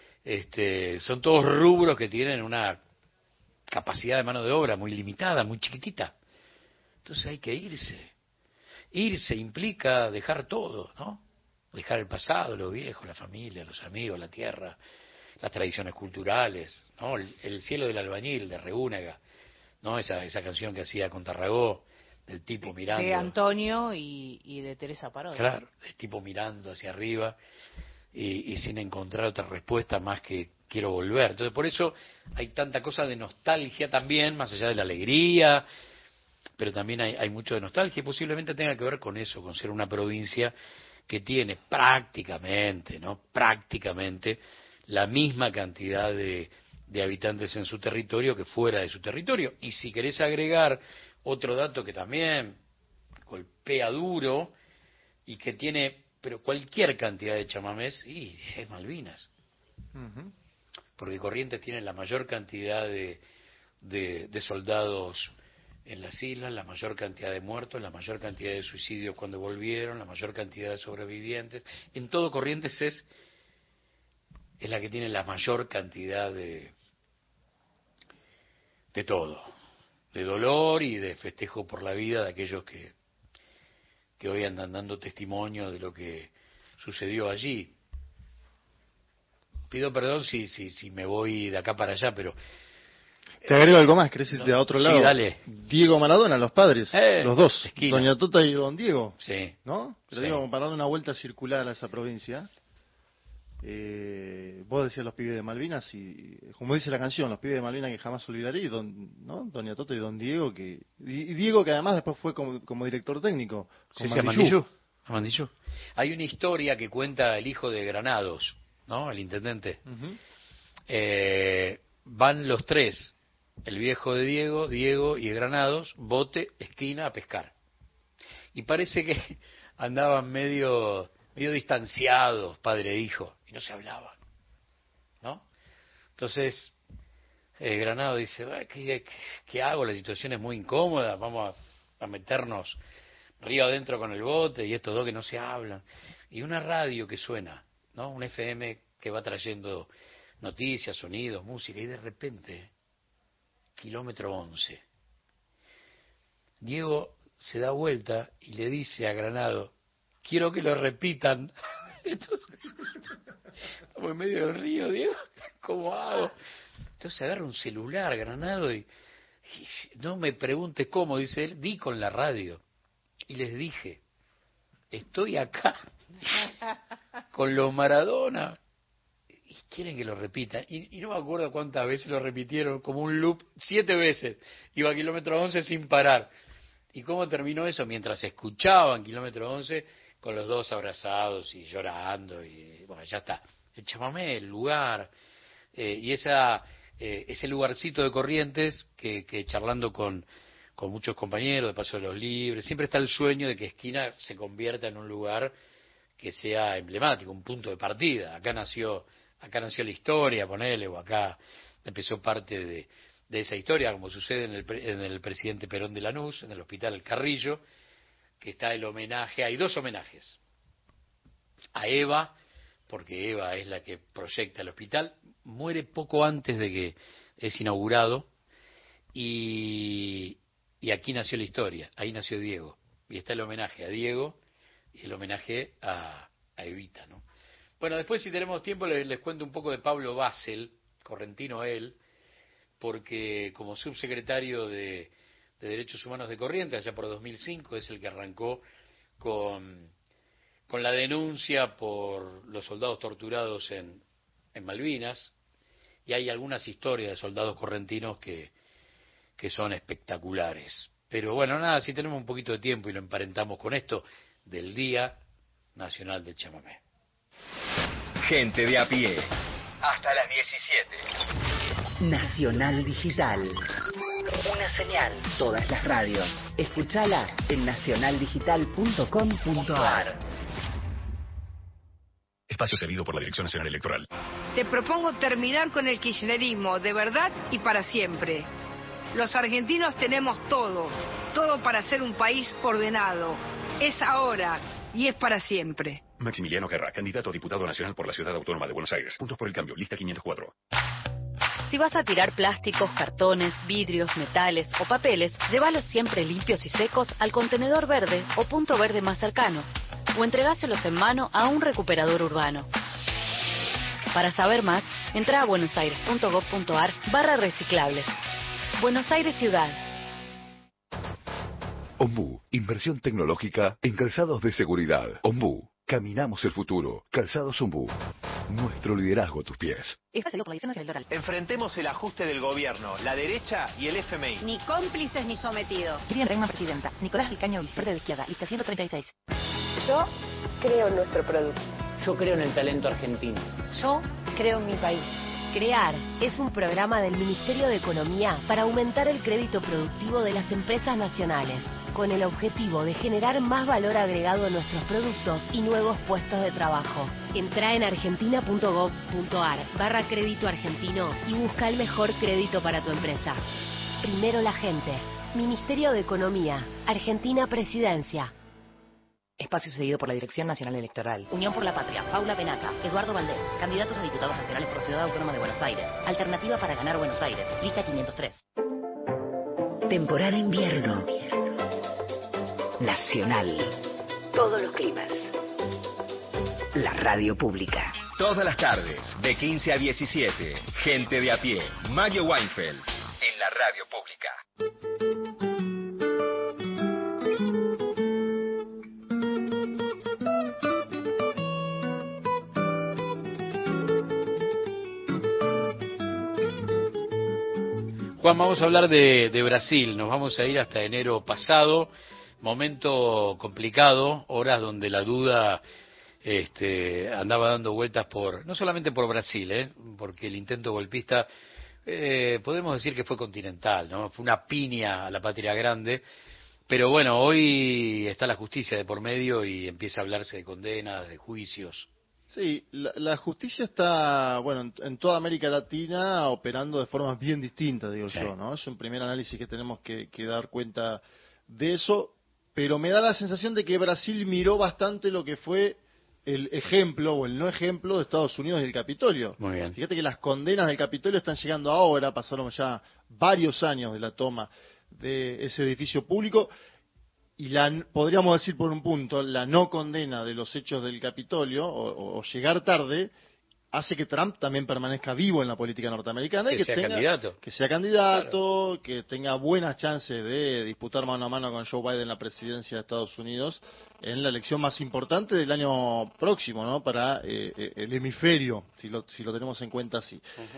rubros que tienen una capacidad de mano de obra muy limitada, muy chiquitita. Entonces hay que irse. Irse implica dejar todo, ¿no? Dejar el pasado, lo viejo, la familia, los amigos, la tierra, las tradiciones culturales, ¿no? El cielo del albañil, de Reúnega, ¿no? Esa canción que hacía con Tarragó, del tipo mirando. De Antonio y de Teresa Parodi. Claro, del tipo mirando hacia arriba y sin encontrar otra respuesta más que quiero volver. Entonces, por eso hay tanta cosa de nostalgia también, más allá de la alegría, pero también hay mucho de nostalgia, y posiblemente tenga que ver con eso, con ser una provincia que tiene prácticamente la misma cantidad de habitantes en su territorio que fuera de su territorio. Y si querés agregar otro dato que también golpea duro y que tiene pero cualquier cantidad de chamamés, y es Malvinas. Porque Corrientes tiene la mayor cantidad de soldados en las islas, la mayor cantidad de muertos, la mayor cantidad de suicidios cuando volvieron, la mayor cantidad de sobrevivientes. En todo Corrientes es la que tiene la mayor cantidad de todo, de dolor y de festejo por la vida de aquellos que hoy andan dando testimonio de lo que sucedió allí. Pido perdón si me voy de acá para allá, pero... Te agrego algo más, ¿querés irte a otro lado? Sí, dale. Diego Maradona, los padres, los dos, esquina. Doña Tota y Don Diego. Sí. ¿No? Pero Sí. digo, para darle una vuelta circular a esa provincia, vos decías los pibes de Malvinas, y como dice la canción, los pibes de Malvinas que jamás olvidaré, y ¿no? Doña Tota y Don Diego, y Diego que además después fue como director técnico, con Mandillú. Hay una historia que cuenta el hijo de Granados, ¿no? El intendente. Van los tres, el viejo de Diego y Granados, bote, esquina, a pescar. Y parece que andaban medio distanciados, padre e hijo, y no se hablaban, ¿no? Entonces, Granado dice, ¿qué hago? La situación es muy incómoda, vamos a meternos río adentro con el bote, y estos dos que no se hablan. Y una radio que suena, ¿no? Un FM que va trayendo noticias, sonidos, música, y de repente, kilómetro 11. Diego se da vuelta y le dice a Granado, quiero que lo repitan. Entonces, estamos en medio del río, Diego, ¿cómo hago? Entonces agarra un celular, Granado, y no me preguntes cómo, dice él, di con la radio. Y les dije, estoy acá con los Maradona y quieren que lo repitan. Y no me acuerdo cuántas veces lo repitieron, como un loop, 7 veces. Iba a kilómetro 11 sin parar. ¿Y cómo terminó eso? Mientras escuchaban kilómetro 11 con los dos abrazados y llorando. Y bueno, ya está. El chamamé, el lugar. Y ese lugarcito de Corrientes que charlando con muchos compañeros de Paso de los Libres, siempre está el sueño de que Esquina se convierta en un lugar que sea emblemático, un punto de partida. Acá nació la historia, ponele, o acá empezó parte de esa historia, como sucede en el Presidente Perón de Lanús, en el Hospital El Carrillo, que está el homenaje, hay 2 homenajes. A Eva, porque Eva es la que proyecta el hospital, muere poco antes de que es inaugurado, y aquí nació la historia, ahí nació Diego, y está el homenaje a Diego y el homenaje a Evita, ¿no? Bueno, después si tenemos tiempo les cuento un poco de Pablo Basel, correntino él, porque como subsecretario de Derechos Humanos de Corrientes, allá por 2005, es el que arrancó con la denuncia por los soldados torturados en Malvinas, y hay algunas historias de soldados correntinos que son espectaculares. Pero bueno, nada, si tenemos un poquito de tiempo y lo emparentamos con esto del Día Nacional del Chamamé. Gente de a pie. Hasta las 17. Nacional Digital. Una señal. Todas las radios. Escúchala en nacionaldigital.com.ar. Espacio cedido por la Dirección Nacional Electoral. Te propongo terminar con el kirchnerismo de verdad y para siempre. Los argentinos tenemos todo para ser un país ordenado. Es ahora y es para siempre. Maximiliano Guerra, candidato a diputado nacional por la Ciudad Autónoma de Buenos Aires. Puntos por el Cambio, lista 504. Si vas a tirar plásticos, cartones, vidrios, metales o papeles, llévalos siempre limpios y secos al contenedor verde o punto verde más cercano, o entregáselos en mano a un recuperador urbano. Para saber más, entra a buenosaires.gov.ar/reciclables. Buenos Aires Ciudad. Ombú, inversión tecnológica en calzados de seguridad. Ombú, caminamos el futuro. Calzados Ombú. Nuestro liderazgo a tus pies. Por la Dirección Nacional Electoral. Enfrentemos el ajuste del gobierno, la derecha y el FMI. Ni cómplices ni sometidos. Miriam Bregman, presidenta. Nicolás Vilcaño, Verde de Izquierda, lista 136. Yo creo en nuestro producto. Yo creo en el talento argentino. Yo creo en mi país. CREAR es un programa del Ministerio de Economía para aumentar el crédito productivo de las empresas nacionales, con el objetivo de generar más valor agregado a nuestros productos y nuevos puestos de trabajo. Entra en argentina.gov.ar/crédito argentino y busca el mejor crédito para tu empresa. Primero la gente. Ministerio de Economía. Argentina Presidencia. Espacio cedido por la Dirección Nacional Electoral. Unión por la Patria, Paula Penaca, Eduardo Valdés, candidatos a diputados nacionales por Ciudad Autónoma de Buenos Aires. Alternativa para ganar Buenos Aires, lista 503. Temporada invierno. Nacional. Todos los climas. La radio pública. Todas las tardes, de 15 a 17. Gente de a pie. Mario Weinfeld. En la radio pública. Juan, vamos a hablar de Brasil. Nos vamos a ir hasta enero pasado. Momento complicado, horas donde la duda andaba dando vueltas no solamente por Brasil, porque el intento golpista podemos decir que fue continental, ¿no? Fue una piña a la patria grande, pero bueno, hoy está la justicia de por medio y empieza a hablarse de condenas, de juicios. Sí, la justicia está, bueno, en toda América Latina operando de formas bien distintas, digo sí. Yo, ¿no? Es un primer análisis que tenemos que dar cuenta de eso, pero me da la sensación de que Brasil miró bastante lo que fue el ejemplo o el no ejemplo de Estados Unidos y el Capitolio. Muy bien. Fíjate que las condenas del Capitolio están llegando ahora, pasaron ya varios años de la toma de ese edificio público, y podríamos decir por un punto, la no condena de los hechos del Capitolio, o llegar tarde, hace que Trump también permanezca vivo en la política norteamericana y que sea candidato, claro. Que tenga buenas chances de disputar mano a mano con Joe Biden la presidencia de Estados Unidos en la elección más importante del año próximo, ¿no? Para el hemisferio, si lo tenemos en cuenta así.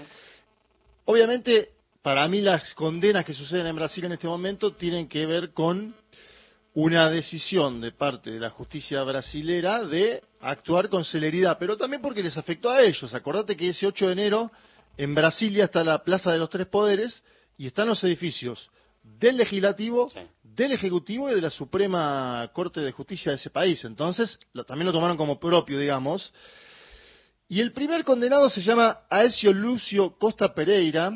Obviamente, para mí las condenas que suceden en Brasil en este momento tienen que ver con una decisión de parte de la justicia brasilera de actuar con celeridad, pero también porque les afectó a ellos. Acordate que ese 8 de enero en Brasilia está la Plaza de los Tres Poderes y están los edificios del Legislativo, sí, del Ejecutivo y de la Suprema Corte de Justicia de ese país. Entonces, también lo tomaron como propio, digamos. Y el primer condenado se llama Aécio Lúcio Costa Pereira,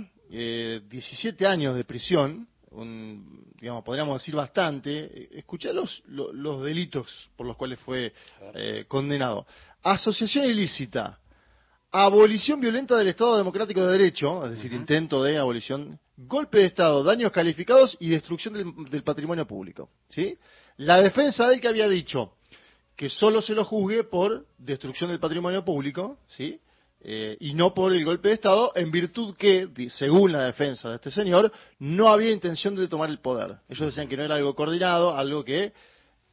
17 años de prisión. Digamos, podríamos decir bastante. Escuchá los delitos por los cuales fue condenado: asociación ilícita, abolición violenta del Estado Democrático de Derecho, es decir, intento de abolición, golpe de Estado, daños calificados y destrucción del patrimonio público, ¿sí? La defensa de él que había dicho que solo se lo juzgue por destrucción del patrimonio público, ¿sí? Y no por el golpe de Estado, en virtud que, según la defensa de este señor, no había intención de tomar el poder. Ellos decían que no era algo coordinado, algo que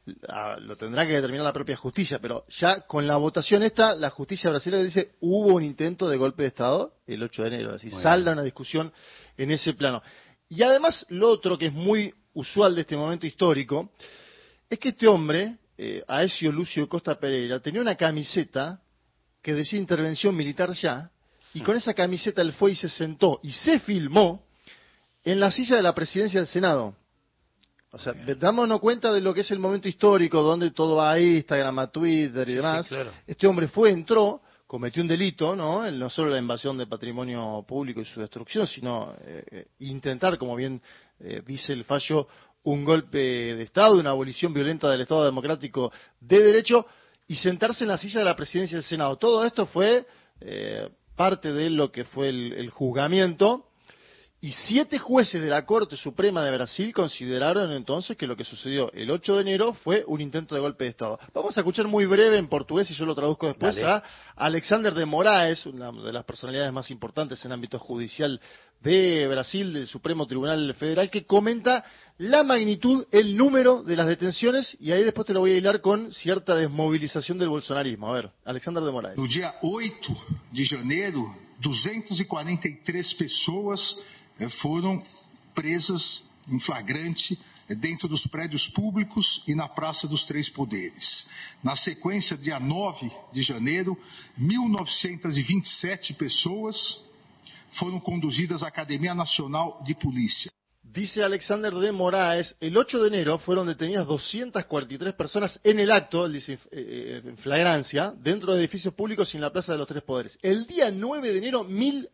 lo tendrá que determinar la propia justicia, pero ya con la votación esta, la justicia brasileña dice hubo un intento de golpe de Estado el 8 de enero, así salda una discusión en ese plano. Y además, lo otro que es muy usual de este momento histórico, es que este hombre, Aécio Lúcio Costa Pereira, tenía una camiseta que decía intervención militar ya, y con esa camiseta él fue y se sentó y se filmó en la silla de la presidencia del Senado. O sea, dámonos cuenta de lo que es el momento histórico, donde todo va a Instagram, a Twitter y demás. Sí, claro. Este hombre entró, cometió un delito, no solo la invasión de patrimonio público y su destrucción, sino intentar, como bien dice el fallo, un golpe de Estado, una abolición violenta del Estado democrático de derecho, y sentarse en la silla de la presidencia del Senado. Todo esto fue parte de lo que fue el juzgamiento. Y 7 jueces de la Corte Suprema de Brasil consideraron entonces que lo que sucedió el 8 de enero fue un intento de golpe de Estado. Vamos a escuchar muy breve en portugués, y yo lo traduzco después, a Alexander de Moraes, una de las personalidades más importantes en ámbito judicial de Brasil, del Supremo Tribunal Federal, que comenta la magnitud, el número de las detenciones, y ahí después te lo voy a hilar con cierta desmovilización del bolsonarismo. A ver, Alexander de Moraes. No dia 8 de janeiro, 243 pessoas foram presas em flagrante dentro dos prédios públicos e na Praça dos Três Poderes. Na sequência, dia 9 de janeiro, 1927 pessoas foram conduzidas à Academia Nacional de Polícia. Dice Alexander de Moraes, el 8 de enero fueron detenidas 243 personas en el acto, él dice, en flagrancia, dentro de edificios públicos y en la Plaza de los Tres Poderes. El día 9 de enero,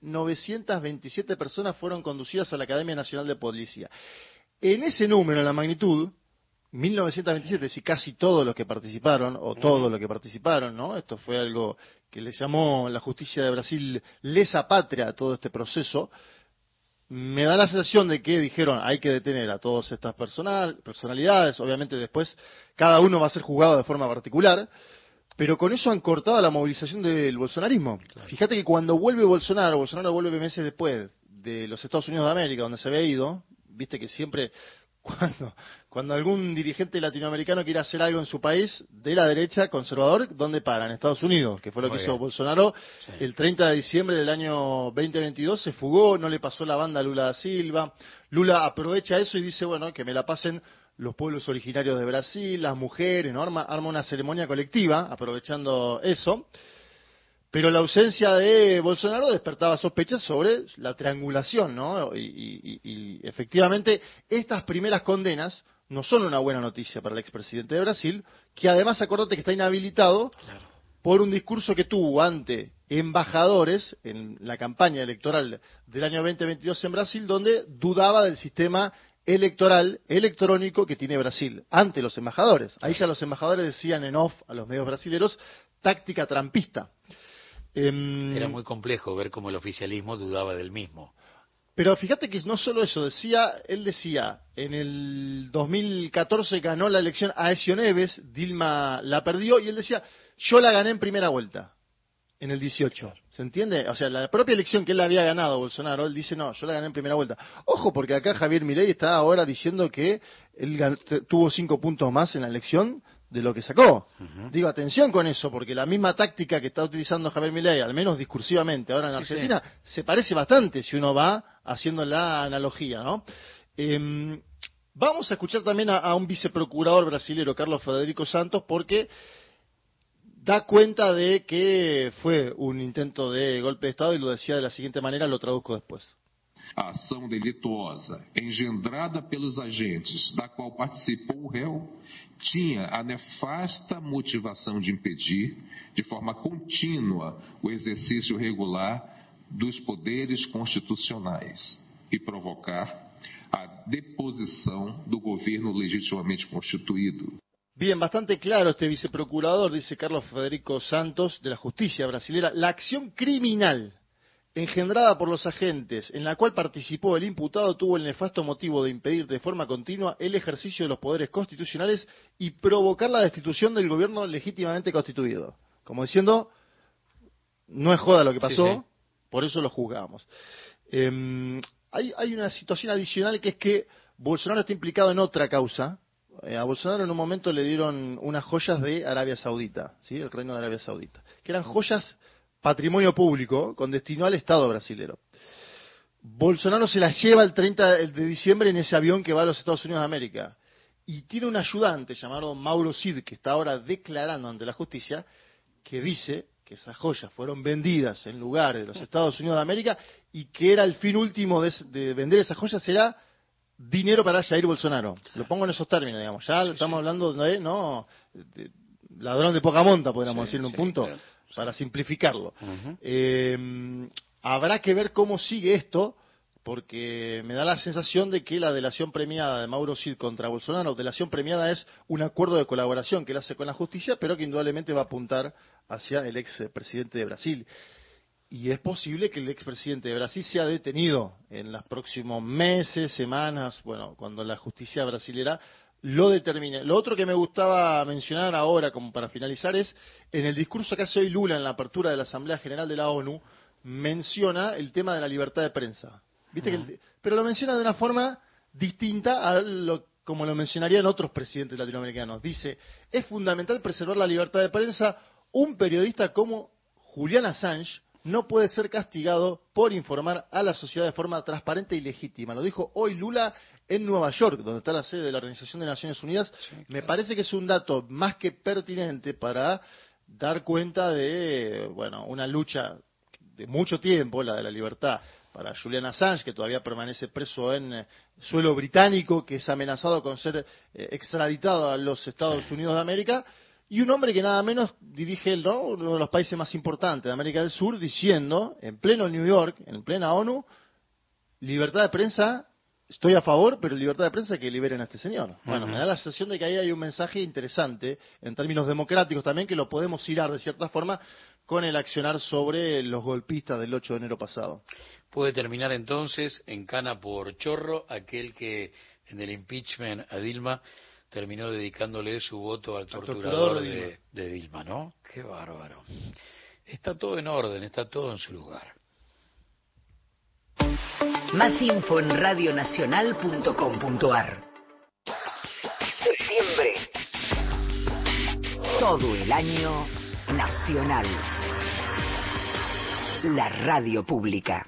1927 personas fueron conducidas a la Academia Nacional de Policía. En ese número, en la magnitud, 1927, si casi todos los que participaron, o todos los que participaron, ¿no? Esto fue algo que le llamó la justicia de Brasil lesa patria a todo este proceso. Me da la sensación de que dijeron hay que detener a todas estas personalidades, obviamente después cada uno va a ser juzgado de forma particular, pero con eso han cortado la movilización del bolsonarismo. Claro. Fíjate que cuando vuelve Bolsonaro vuelve meses después de los Estados Unidos de América, donde se había ido, viste que siempre cuando algún dirigente latinoamericano quiere hacer algo en su país, de la derecha conservador, ¿dónde para? En Estados Unidos, que fue lo que hizo Bolsonaro. Sí. El 30 de diciembre del año 2022 se fugó, no le pasó la banda a Lula da Silva. Lula aprovecha eso y dice, bueno, que me la pasen los pueblos originarios de Brasil, las mujeres, ¿no? Arma una ceremonia colectiva aprovechando eso. Pero la ausencia de Bolsonaro despertaba sospechas sobre la triangulación, ¿no? Y efectivamente estas primeras condenas no son una buena noticia para el expresidente de Brasil, que además, acordate que está inhabilitado por un discurso que tuvo ante embajadores en la campaña electoral del año 2022 en Brasil, donde dudaba del sistema electoral, electrónico que tiene Brasil, ante los embajadores. Ahí ya los embajadores decían en off a los medios brasileños, táctica trampista. Era muy complejo ver cómo el oficialismo dudaba del mismo. Pero fíjate que no solo eso, él decía, en el 2014 ganó la elección Aécio Neves, Dilma la perdió, y él decía, yo la gané en primera vuelta, en el 18. ¿Se entiende? O sea, la propia elección que él había ganado, Bolsonaro, él dice, no, yo la gané en primera vuelta. Ojo, porque acá Javier Milei está ahora diciendo que él tuvo 5 puntos más en la elección de lo que sacó. Digo, atención con eso, porque la misma táctica que está utilizando Javier Milei, al menos discursivamente ahora en Argentina, se parece bastante si uno va haciendo la analogía, ¿no? Vamos a escuchar también a un viceprocurador brasilero, Carlos Frederico Santos, porque da cuenta de que fue un intento de golpe de Estado y lo decía de la siguiente manera, lo traduzco después. A ação delituosa engendrada pelos agentes, da qual participou o réu, tinha a nefasta motivação de impedir, de forma contínua, o exercício regular dos poderes constitucionais e provocar a deposição do governo legitimamente constituído. Bien, bastante claro este viceprocurador, dice Carlos Frederico Santos, de la justicia brasilera. La acción criminal engendrada por los agentes, en la cual participó el imputado, tuvo el nefasto motivo de impedir de forma continua el ejercicio de los poderes constitucionales y provocar la destitución del gobierno legítimamente constituido. Como diciendo, no es joda lo que pasó, por eso lo juzgamos. Hay una situación adicional que es que Bolsonaro está implicado en otra causa, A Bolsonaro en un momento le dieron unas joyas de Arabia Saudita, ¿sí? El reino de Arabia Saudita, que eran joyas patrimonio público con destino al Estado brasilero. Bolsonaro se las lleva el 30 de diciembre en ese avión que va a los Estados Unidos de América. Y tiene un ayudante llamado Mauro Cid, que está ahora declarando ante la justicia, que dice que esas joyas fueron vendidas en lugares de los Estados Unidos de América y que era el fin último de vender esas joyas era dinero para Jair Bolsonaro. Lo pongo en esos términos, digamos. Ya estamos hablando de ladrón de poca monta, podríamos decir en un punto, claro, para simplificarlo. Habrá que ver cómo sigue esto, porque me da la sensación de que la delación premiada de Mauro Cid contra Bolsonaro, delación premiada es un acuerdo de colaboración que él hace con la justicia, pero que indudablemente va a apuntar hacia el expresidente de Brasil. Y es posible que el expresidente de Brasil sea detenido en los próximos meses, semanas, bueno, cuando la justicia brasilera lo determine. Lo otro que me gustaba mencionar ahora, como para finalizar, es en el discurso que hace hoy Lula en la apertura de la Asamblea General de la ONU, menciona el tema de la libertad de prensa. ¿Viste? Pero lo menciona de una forma distinta a como lo mencionarían otros presidentes latinoamericanos. Dice, es fundamental preservar la libertad de prensa. Un periodista como Julian Assange no puede ser castigado por informar a la sociedad de forma transparente y legítima. Lo dijo hoy Lula en Nueva York, donde está la sede de la Organización de Naciones Unidas. Sí, claro. Me parece que es un dato más que pertinente para dar cuenta de, bueno, una lucha de mucho tiempo, la de la libertad, para Julian Assange, que todavía permanece preso en suelo británico, que es amenazado con ser extraditado a los Estados Unidos de América, y un hombre que nada menos dirige uno de los países más importantes de América del Sur, diciendo, en pleno New York, en plena ONU, libertad de prensa, estoy a favor, pero libertad de prensa que liberen a este señor. Bueno, me da la sensación de que ahí hay un mensaje interesante, en términos democráticos también, que lo podemos hilar de cierta forma con el accionar sobre los golpistas del 8 de enero pasado. Puede terminar entonces en cana por chorro aquel que en el impeachment a Dilma terminó dedicándole su voto al torturador de Dilma, ¿no? Qué bárbaro. Está todo en orden, está todo en su lugar. Más info en radionacional.com.ar. Septiembre. Todo el año nacional. La radio pública.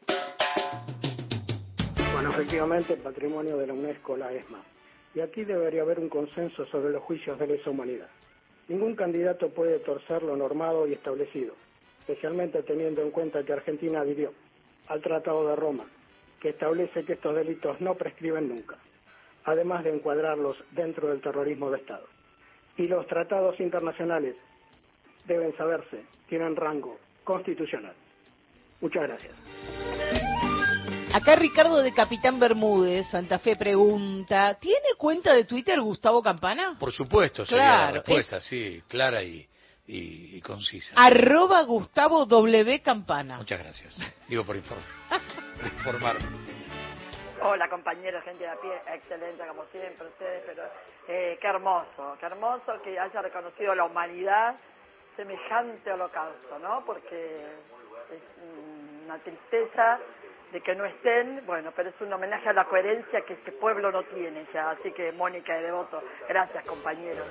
Bueno, efectivamente, patrimonio de la UNESCO, la ESMA. Y aquí debería haber un consenso sobre los juicios de lesa humanidad. Ningún candidato puede torcer lo normado y establecido, especialmente teniendo en cuenta que Argentina adhirió al Tratado de Roma, que establece que estos delitos no prescriben nunca, además de encuadrarlos dentro del terrorismo de Estado. Y los tratados internacionales, deben saberse, tienen rango constitucional. Muchas gracias. Acá Ricardo de Capitán Bermúdez, Santa Fe, pregunta, ¿tiene cuenta de Twitter Gustavo Campana? Por supuesto, sería claro, la respuesta, sí, clara y concisa. @Gustavo W. Campana. Muchas gracias. Digo por informarme. Hola compañeros, gente de a pie, excelente como siempre ustedes, pero qué hermoso que haya reconocido la humanidad semejante holocausto, ¿no? Porque es una tristeza de que no estén, bueno, pero es un homenaje a la coherencia que este pueblo no tiene ya, así que Mónica de Devoto, gracias compañeros.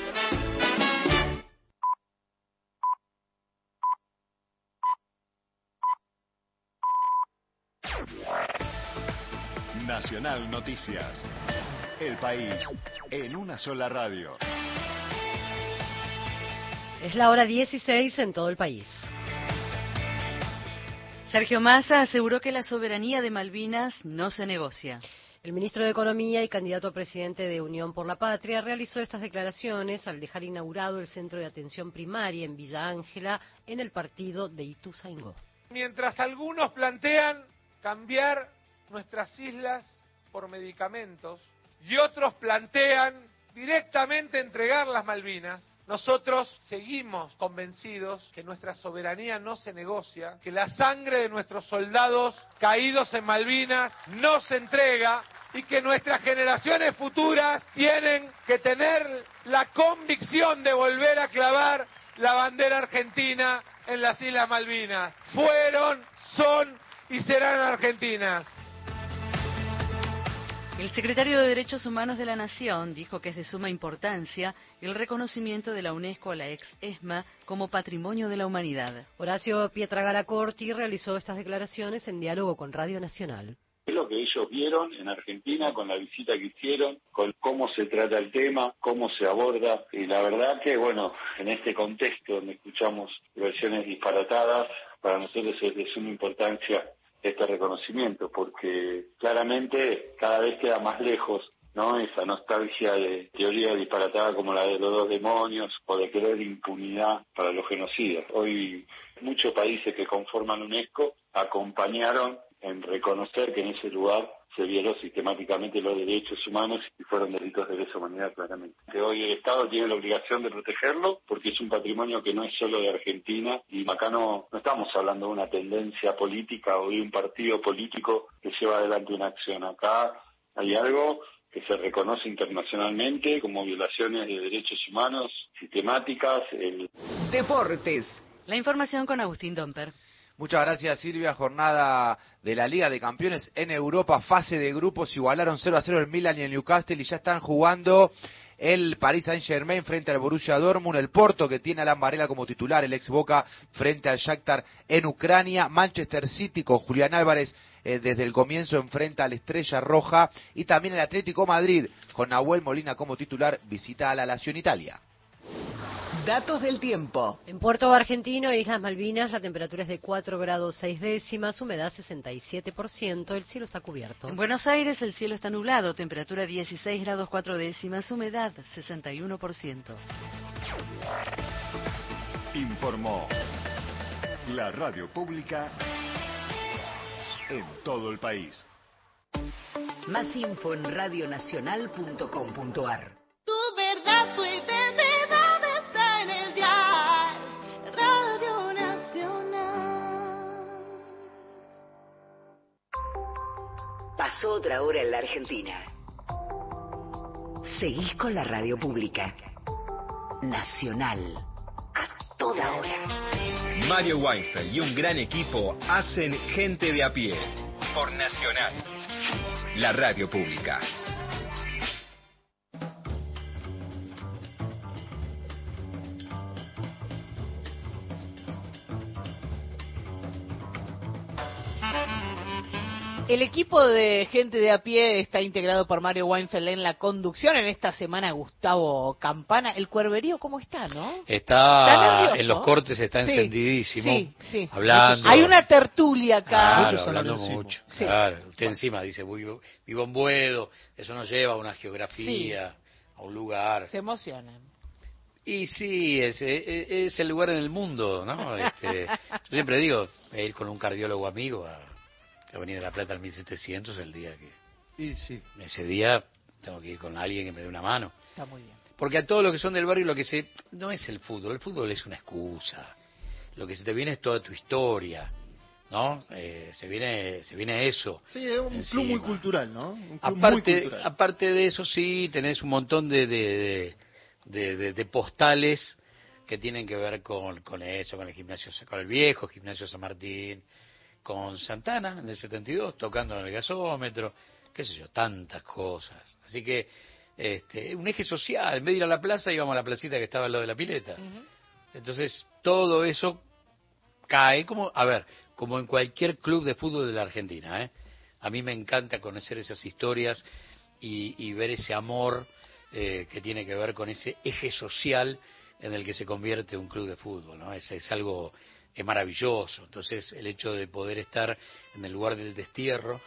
Nacional Noticias. El país en una sola radio. Es la hora 16 en todo el país. Sergio Massa aseguró que la soberanía de Malvinas no se negocia. El ministro de Economía y candidato a presidente de Unión por la Patria realizó estas declaraciones al dejar inaugurado el centro de atención primaria en Villa Ángela, en el partido de Ituzaingó. Mientras algunos plantean cambiar nuestras islas por medicamentos y otros plantean directamente entregar las Malvinas, nosotros seguimos convencidos que nuestra soberanía no se negocia, que la sangre de nuestros soldados caídos en Malvinas no se entrega y que nuestras generaciones futuras tienen que tener la convicción de volver a clavar la bandera argentina en las Islas Malvinas. Fueron, son y serán argentinas. El secretario de Derechos Humanos de la Nación dijo que es de suma importancia el reconocimiento de la UNESCO a la ex ESMA como Patrimonio de la Humanidad. Horacio Pietragala Corti realizó estas declaraciones en diálogo con Radio Nacional. Es lo que ellos vieron en Argentina con la visita que hicieron, con cómo se trata el tema, cómo se aborda, y la verdad que, bueno, en este contexto donde escuchamos versiones disparatadas, para nosotros es de suma importancia este reconocimiento, porque claramente cada vez queda más lejos, ¿no?, esa nostalgia de teoría disparatada como la de los dos demonios o de querer impunidad para los genocidas. Hoy muchos países que conforman UNESCO acompañaron en reconocer que en ese lugar se violó sistemáticamente los derechos humanos y fueron delitos de lesa humanidad claramente. Que hoy el Estado tiene la obligación de protegerlo porque es un patrimonio que no es solo de Argentina, y acá no estamos hablando de una tendencia política o de un partido político que lleva adelante una acción. Acá hay algo que se reconoce internacionalmente como violaciones de derechos humanos sistemáticas. Deportes. La información con Agustín Domper. Muchas gracias, Silvia. Jornada de la Liga de Campeones en Europa, fase de grupos. Igualaron 0-0 el Milan y el Newcastle y ya están jugando el Paris Saint-Germain frente al Borussia Dortmund, el Porto, que tiene a Alan Varela como titular, el ex Boca frente al Shakhtar en Ucrania, Manchester City con Julián Álvarez desde el comienzo enfrenta al Estrella Roja, y también el Atlético Madrid con Nahuel Molina como titular visita a la Lazio en Italia. Datos del tiempo. En Puerto Argentino e Islas Malvinas la temperatura es de 4 grados 6 décimas, humedad 67%, el cielo está cubierto. En Buenos Aires el cielo está nublado, temperatura 16 grados 4 décimas, humedad 61%. Informó la radio pública en todo el país. Más info en radionacional.com.ar. Tu verdad, tu identidad está en el dial Radio Nacional. Pasó otra hora en la Argentina. Seguís con la radio pública. Nacional. A toda hora. Mario Weinfeld y un gran equipo hacen Gente de a Pie por Nacional, la radio pública. El equipo de Gente de a Pie está integrado por Mario Weinfeld en la conducción. En esta semana Gustavo Campana. El Cuerverío, ¿cómo está, no? Está en los cortes, está encendidísimo. Sí. Hablando. Hay una tertulia acá. Claro, hablando mucho. Sí. Claro. Usted encima dice, vivo en Buedo, eso nos lleva a una geografía, a un lugar. Se emocionan. Y sí, es el lugar en el mundo, ¿no? Yo siempre digo, voy a ir con un cardiólogo amigo a Avenida de la Plata al 1700 el día que... Y sí. Ese día tengo que ir con alguien que me dé una mano. Está muy bien. Porque a todos los que son del barrio no es el fútbol es una excusa. Lo que se te viene es toda tu historia, ¿no? Se viene eso. Sí, es un club muy cultural, ¿no? Un club aparte, muy cultural. Aparte de eso, sí, tenés un montón de postales que tienen que ver con eso, con el gimnasio, con el viejo gimnasio San Martín, con Santana en el 72, tocando en el gasómetro, qué sé yo, tantas cosas. Así que un eje social, en vez de ir a la plaza íbamos a la placita que estaba al lado de la pileta. Uh-huh. Entonces, todo eso cae como en cualquier club de fútbol de la Argentina, ¿eh? A mí me encanta conocer esas historias y ver ese amor que tiene que ver con ese eje social en el que se convierte un club de fútbol, ¿no? Es algo que es maravilloso. Entonces, el hecho de poder estar en el lugar del destierro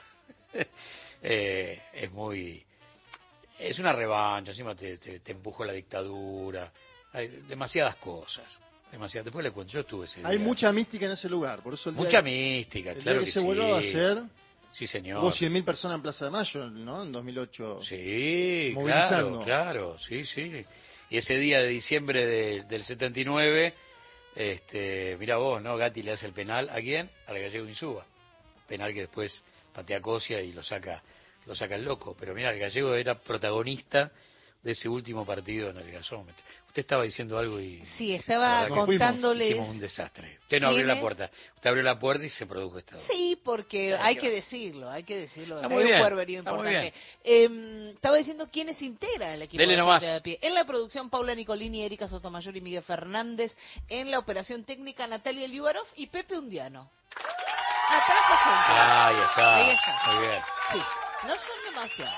es una revancha. Encima te empujó la dictadura, hay demasiadas cosas. Después le cuento, yo estuve ese día. Hay mucha mística en ese lugar, por eso mística, claro que se volvió a hacer. Sí, señor. Hubo 100.000 personas en Plaza de Mayo, ¿no? En 2008. Sí, movilizando. Claro, sí. Y ese día de diciembre del 79, mirá vos, ¿no? Gatti le hace el penal, ¿a quién? Al gallego Insúa. Penal que después patea Cosia y lo saca el loco. Pero mirá, el gallego era protagonista de ese último partido en el gasómetro. Usted estaba diciendo algo y... Sí, estaba contándoles... Hicimos un desastre. Usted no abrió la puerta. Usted abrió la puerta y se produjo esto. Sí, porque hay que decirlo. Está muy bien. Está muy bien. Estaba diciendo quiénes integran el equipo Dele de nomás. Gente de a Pie. En la producción, Paula Nicolini, Erika Sotomayor y Miguel Fernández. En la operación técnica, Natalia Liubarov y Pepe Undiano. Atrás gente. Ahí está. Ahí está. Muy bien. Sí, no son demasiados.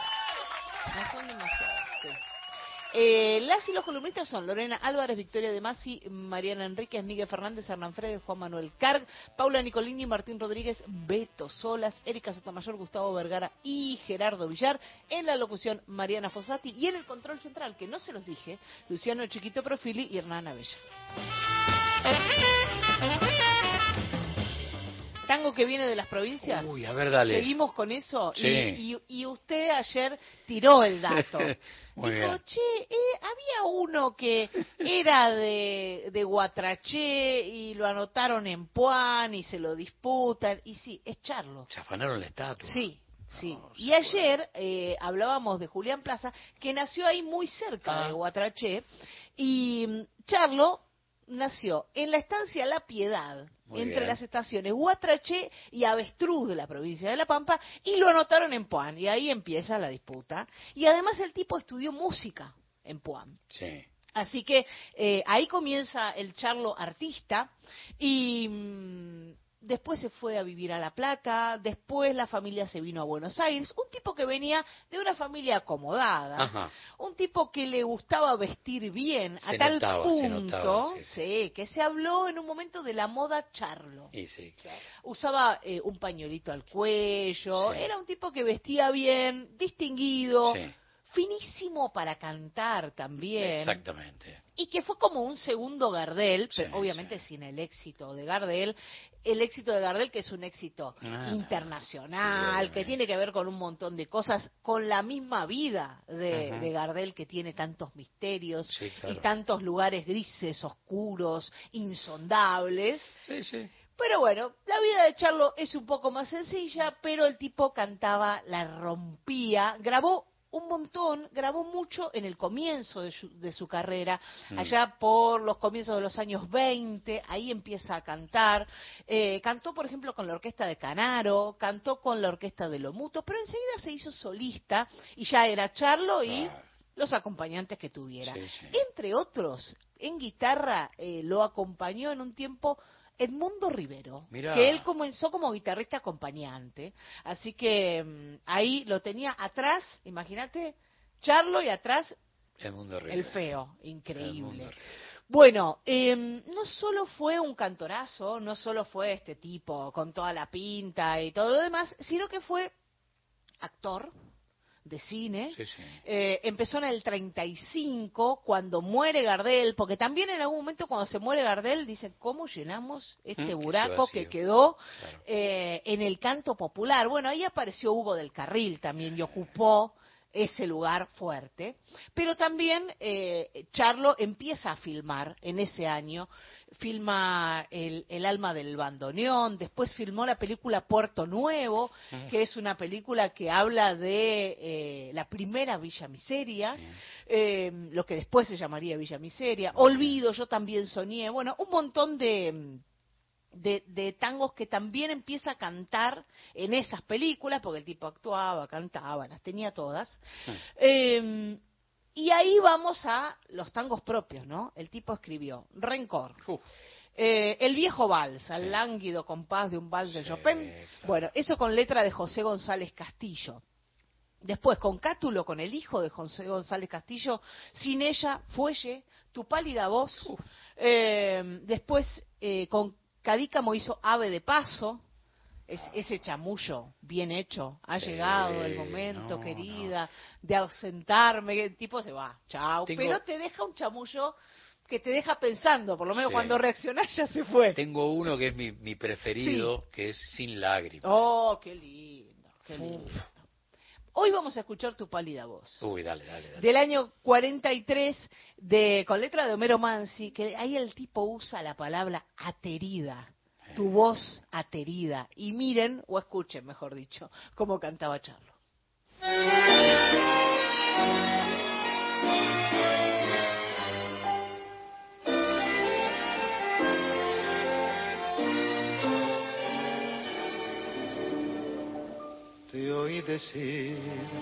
Sí. Las y los columnistas son Lorena Álvarez, Victoria De Masi, Mariana Enríquez, Miguel Fernández, Hernán Fredes, Juan Manuel Carg, Paula Nicolini, Martín Rodríguez, Beto Solas, Erika Sotomayor, Gustavo Vergara y Gerardo Villar. En la locución, Mariana Fossati. Y en el control central, que no se los dije, Luciano Chiquito Profili y Hernán Abella. Tango que viene de las provincias. Uy, a ver, dale. Seguimos con eso. Sí. Y usted ayer tiró el dato. Muy Dijo, bien. che, había uno que era de Guatraché y lo anotaron en Puan y se lo disputan. Y sí, es Charlo. Se afanaron la estatua. Sí. Sí, y ayer hablábamos de Julián Plaza, que nació ahí muy cerca de Guatraché, y Charlo nació en la estancia La Piedad, Muy entre bien. las estaciones Guatraché y Avestruz de la provincia de La Pampa, y lo anotaron en Puan, y ahí empieza la disputa. Y además el tipo estudió música en Puan. Sí. Así que ahí comienza el Charlo artista, y después se fue a vivir a La Plata, después la familia se vino a Buenos Aires, un tipo que venía de una familia acomodada, Ajá. un tipo que le gustaba vestir bien, Se a tal notaba, punto, se notaba, sí. que se habló en un momento de la moda Charlo. Y sí, claro. Usaba un pañuelito al cuello, Sí. era un tipo que vestía bien, distinguido, Sí. finísimo para cantar también. Exactamente. Y que fue como un segundo Gardel, pero obviamente sin el éxito de Gardel. El éxito de Gardel, que es un éxito internacional, que tiene que ver con un montón de cosas, con la misma vida de Gardel, que tiene tantos misterios Sí, claro. y tantos lugares grises, oscuros, insondables. Sí, sí. Pero bueno, la vida de Charlo es un poco más sencilla, pero el tipo cantaba, la rompía, grabó un montón, grabó mucho en el comienzo de su carrera, allá por los comienzos de los años 20, ahí empieza a cantar. Cantó, por ejemplo, con la orquesta de Canaro, cantó con la orquesta de Lomuto, pero enseguida se hizo solista y ya era Charlo y los acompañantes que tuviera. Sí, sí. Entre otros, en guitarra lo acompañó en un tiempo Edmundo Rivero, Mirá. que él comenzó como guitarrista acompañante, así que ahí lo tenía atrás, imagínate, Charlo, y atrás El mundo el Rivero. feo, El increíble. mundo Rivero. Bueno, no solo fue un cantorazo, no solo fue este tipo con toda la pinta y todo lo demás, sino que fue actor de cine. Sí, sí. Empezó en el 35, cuando muere Gardel, porque también en algún momento cuando se muere Gardel dicen, ¿cómo llenamos este buraco que quedó en el canto popular? Bueno, ahí apareció Hugo del Carril también y ocupó ese lugar fuerte, pero también Charlo empieza a filmar en ese año, filma el alma del bandoneón, después filmó la película Puerto Nuevo, que es una película que habla de la primera Villa Miseria, lo que después se llamaría Villa Miseria, Olvido, Yo también soñé, bueno, un montón de tangos que también empieza a cantar en esas películas, porque el tipo actuaba, cantaba, las tenía todas. Y ahí vamos a los tangos propios, ¿no? El tipo escribió Rencor, El viejo vals, al lánguido compás de un vals de Chopin. Bueno, eso con letra de José González Castillo. Después, con Cátulo, con el hijo de José González Castillo, Sin ella, Fuelle, Tu pálida voz. Después, con Cadícamo hizo Ave de Paso, ese chamullo bien hecho. Ha llegado el momento, querida, de ausentarme. El tipo se va, chao. Pero te deja un chamullo que te deja pensando, por lo menos cuando reaccionás ya se fue. Tengo uno que es mi preferido, que es Sin lágrimas. Oh, qué lindo, qué lindo. Hoy vamos a escuchar Tu pálida voz. Uy, dale. Del año 43, con letra de Homero Mansi, que ahí el tipo usa la palabra aterida, tu voz aterida. Y miren, o escuchen, mejor dicho, cómo cantaba Charlo. te oí decir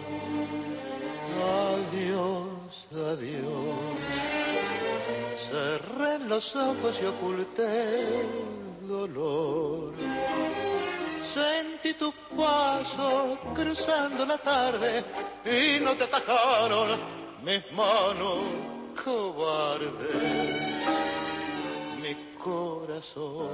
adiós, adiós. Cerré los ojos y oculté el dolor. Sentí tu paso cruzando la tarde y no te atacaron mis manos cobardes. Mi corazón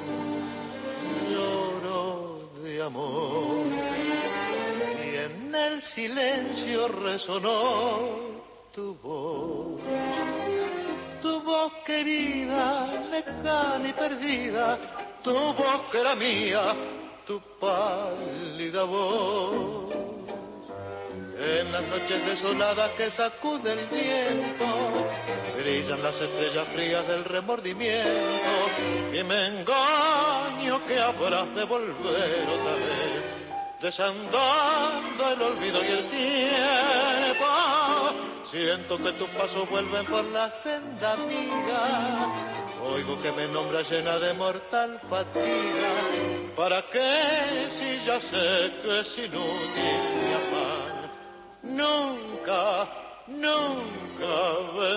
lloró de amor y en el silencio resonó tu voz. Tu voz querida, lejana y perdida, tu voz que era mía, tu pálida voz. En las noches desoladas que sacude el viento, brillan las estrellas frías del remordimiento, y me engaño que habrás de volver otra vez, desandando el olvido y el tiempo. Siento que tus pasos vuelven por la senda amiga, oigo que me nombra llena de mortal fatiga. ¿Para qué si ya sé que es inútil mi afán? Nunca, nunca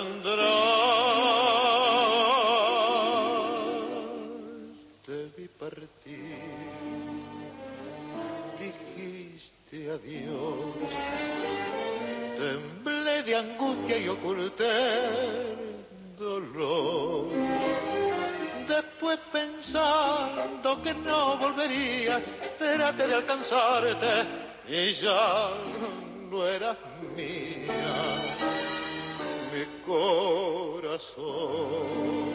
vendrás. Te vi partir, dijiste adiós. Temblé de angustia y oculté el dolor. Después pensando que no volvería, traté de alcanzarte y ya no eras mía. Mi corazón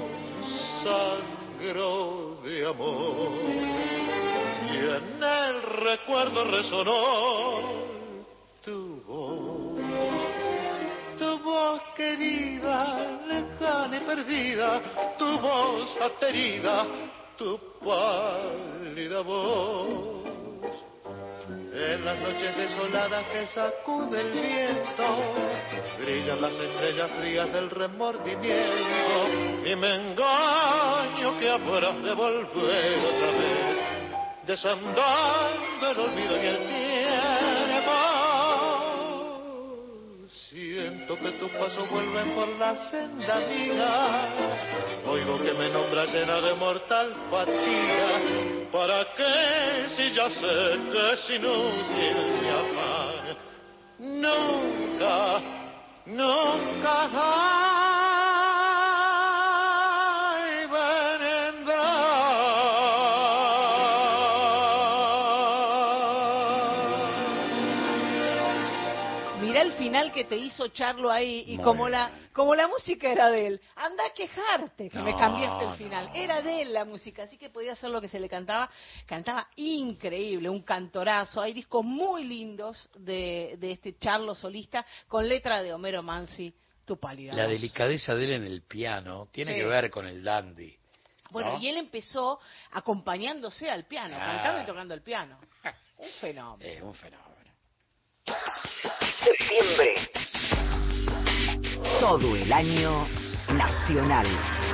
sangró de amor y en el recuerdo resonó tu voz querida, lejana y perdida, tu voz aterida, tu pálida voz. En las noches desoladas que sacude el viento, brillan las estrellas frías del remordimiento, y me engaño que habrás de volver otra vez, desandando el olvido y el tiempo. Siento que tus pasos vuelven por la senda amiga, oigo que me nombra llena de mortal fatiga. ¿Para qué si ya sé que es inútil mi afán? Nunca, nunca ay, vendrás. Mirá el final que te hizo Charlo ahí, y Muy como bien. la música era de él. Anda a quejarte que me No, cambiaste el final. no. Era de él la música, así que podía hacer lo que se le cantaba. Cantaba increíble, un cantorazo. Hay discos muy lindos de este Charlo solista, con letra de Homero Mansi, Tu pálida La voz. delicadeza de él en el piano tiene Sí. que ver con el dandy. Bueno, ¿no? y él empezó acompañándose al piano, cantando y tocando el piano. Un fenómeno. Un fenómeno. Septiembre. Todo el año nacional.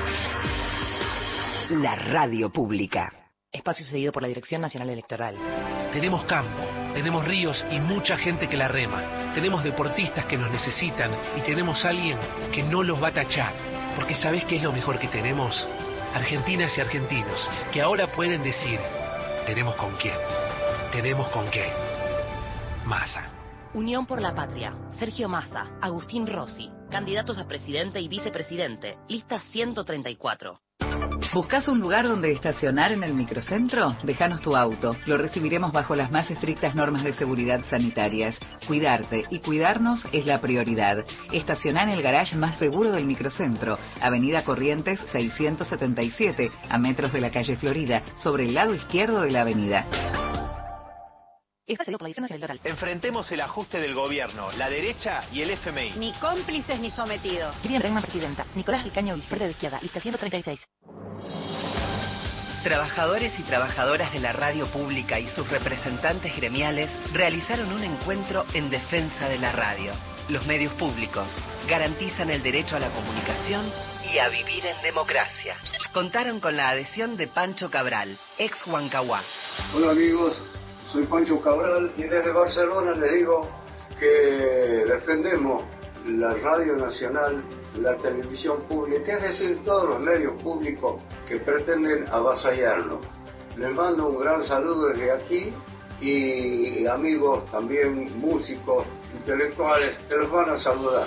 La radio pública. Espacio cedido por la Dirección Nacional Electoral. Tenemos campo, tenemos ríos y mucha gente que la rema. Tenemos deportistas que nos necesitan y tenemos alguien que no los va a tachar. Porque ¿sabés qué es lo mejor que tenemos? Argentinas y argentinos que ahora pueden decir, tenemos con quién, tenemos con qué. Massa. Unión por la Patria. Sergio Massa, Agustín Rossi. Candidatos a presidente y vicepresidente. Lista 134. ¿Buscas un lugar donde estacionar en el microcentro? Déjanos tu auto. Lo recibiremos bajo las más estrictas normas de seguridad sanitarias. Cuidarte y cuidarnos es la prioridad. Estacioná en el garage más seguro del microcentro. Avenida Corrientes 677, a metros de la calle Florida, sobre el lado izquierdo de la avenida. Espacio cedido por la Dirección Nacional Electoral. Enfrentemos el ajuste del gobierno, la derecha y el FMI. Ni cómplices ni sometidos. Miriam Bregman, presidenta. Nicolás Ricaño, vicepresidente de izquierda. Lista 136. Trabajadores y trabajadoras de la radio pública y sus representantes gremiales realizaron un encuentro en defensa de la radio. Los medios públicos garantizan el derecho a la comunicación y a vivir en democracia. Contaron con la adhesión de Pancho Cabral, ex Huancahuá. Hola amigos, Soy Pancho Cabral y desde Barcelona les digo que defendemos la Radio Nacional, la televisión pública, es decir, todos los medios públicos que pretenden avasallarnos. Les mando un gran saludo desde aquí y amigos también músicos, intelectuales, que los van a saludar.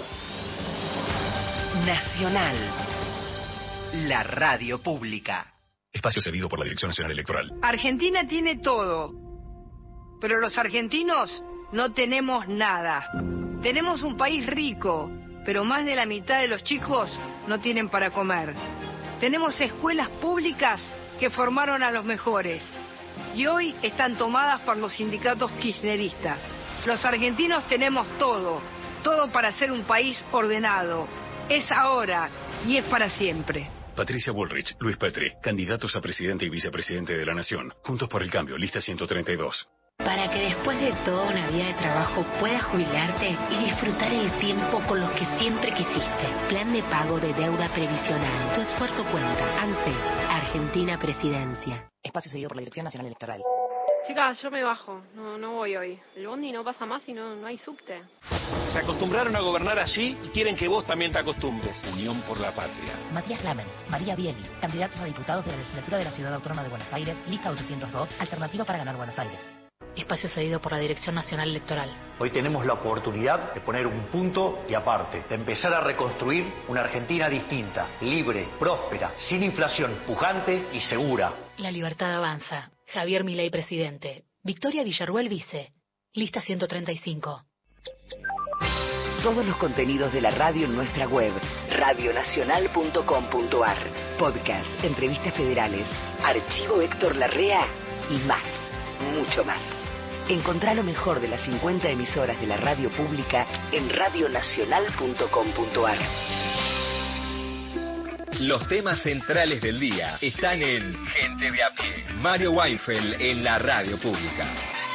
Nacional, la radio pública. Espacio cedido por la Dirección Nacional Electoral. Argentina tiene todo, pero los argentinos no tenemos nada. Tenemos un país rico, pero más de la mitad de los chicos no tienen para comer. Tenemos escuelas públicas que formaron a los mejores y hoy están tomadas por los sindicatos kirchneristas. Los argentinos tenemos todo, todo para ser un país ordenado. Es ahora y es para siempre. Patricia Bullrich, Luis Petri, candidatos a presidente y vicepresidente de la Nación. Juntos por el Cambio, lista 132. Para que después de toda una vida de trabajo puedas jubilarte y disfrutar el tiempo con los que siempre quisiste. Plan de pago de deuda previsional. Tu esfuerzo cuenta. ANSES, Argentina Presidencia. Espacio cedido por la Dirección Nacional Electoral. Chicas, yo me bajo. No voy hoy. El bondi no pasa más y no hay subte. Se acostumbraron a gobernar así y quieren que vos también te acostumbres. Unión por la Patria. Matías Lamens, María Bieli, candidatos a diputados de la legislatura de la Ciudad Autónoma de Buenos Aires, lista 802, alternativa para ganar Buenos Aires. Espacio cedido por la Dirección Nacional Electoral. Hoy tenemos la oportunidad de poner un punto y aparte, de empezar a reconstruir una Argentina distinta, libre, próspera, sin inflación, pujante y segura. La libertad avanza. Javier Milei, presidente. Victoria Villarruel, vice. Lista 135. Todos los contenidos de la radio en nuestra web, radionacional.com.ar. Podcast, entrevistas federales, archivo Héctor Larrea y más, mucho más. Encontrá lo mejor de las 50 emisoras de la radio pública en radionacional.com.ar. Los temas centrales del día están en Gente de a pie. Mario Weinfeld en la radio pública.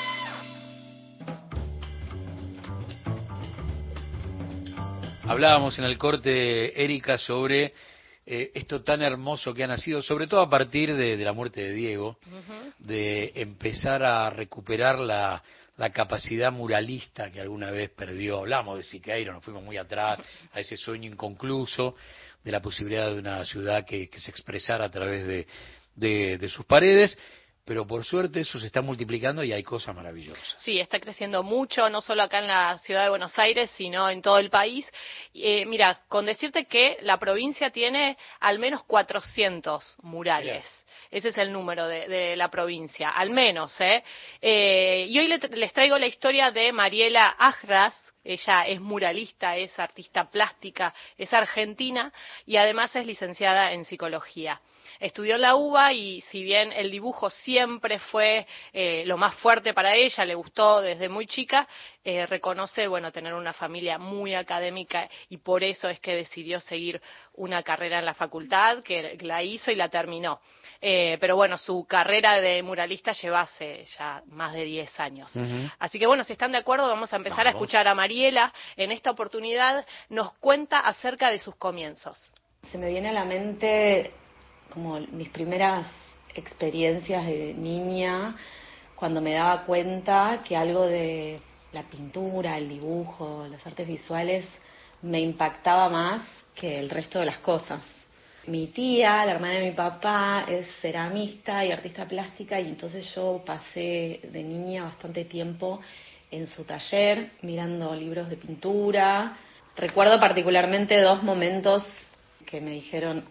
Hablábamos en el corte, Erika, sobre esto tan hermoso que ha nacido, sobre todo a partir de la muerte de Diego, de empezar a recuperar la capacidad muralista que alguna vez perdió. Hablamos de Siqueiro, nos fuimos muy atrás, a ese sueño inconcluso de la posibilidad de una ciudad que se expresara a través de sus paredes. Pero por suerte eso se está multiplicando y hay cosas maravillosas. Sí, está creciendo mucho, no solo acá en la ciudad de Buenos Aires, sino en todo el país. Mira, con decirte que la provincia tiene al menos 400 murales. Ese es el número de la provincia, al menos, y hoy les traigo la historia de Mariela Agras. Ella es muralista, es artista plástica, es argentina y además es licenciada en psicología. Estudió en la UBA y si bien el dibujo siempre fue lo más fuerte para ella, le gustó desde muy chica, reconoce, tener una familia muy académica y por eso es que decidió seguir una carrera en la facultad, que la hizo y la terminó. Pero su carrera de muralista lleva hace ya más de 10 años. Así que si están de acuerdo, vamos a empezar a escuchar a Mariela. En esta oportunidad nos cuenta acerca de sus comienzos. Se me viene a la mente como mis primeras experiencias de niña, cuando me daba cuenta que algo de la pintura, el dibujo, las artes visuales me impactaba más que el resto de las cosas. Mi tía, la hermana de mi papá, es ceramista y artista plástica y entonces yo pasé de niña bastante tiempo en su taller mirando libros de pintura. Recuerdo particularmente 2 momentos que me dijeron,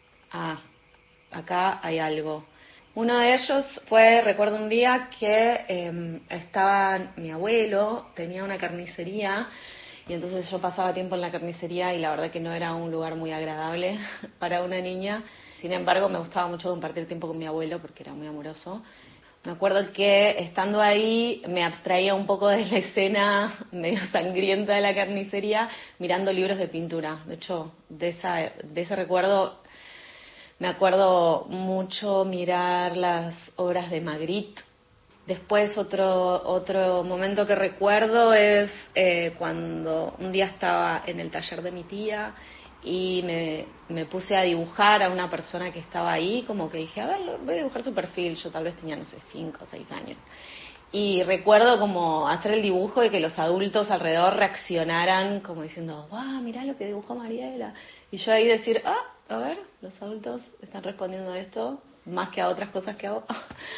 acá hay algo. Uno de ellos fue, recuerdo un día que mi abuelo tenía una carnicería y entonces yo pasaba tiempo en la carnicería y la verdad que no era un lugar muy agradable para una niña. Sin embargo, me gustaba mucho compartir tiempo con mi abuelo porque era muy amoroso. Me acuerdo que estando ahí me abstraía un poco de la escena medio sangrienta de la carnicería mirando libros de pintura. De hecho, de ese recuerdo me acuerdo mucho mirar las obras de Magritte. Después otro momento que recuerdo es cuando un día estaba en el taller de mi tía y me puse a dibujar a una persona que estaba ahí, como que dije, a ver, voy a dibujar su perfil. Yo tal vez tenía, no sé, 5 o 6 años. Y recuerdo como hacer el dibujo y que los adultos alrededor reaccionaran como diciendo, ¡guau, mirá lo que dibujó Mariela! Y yo ahí decir, a ver, los adultos están respondiendo a esto más que a otras cosas que hago.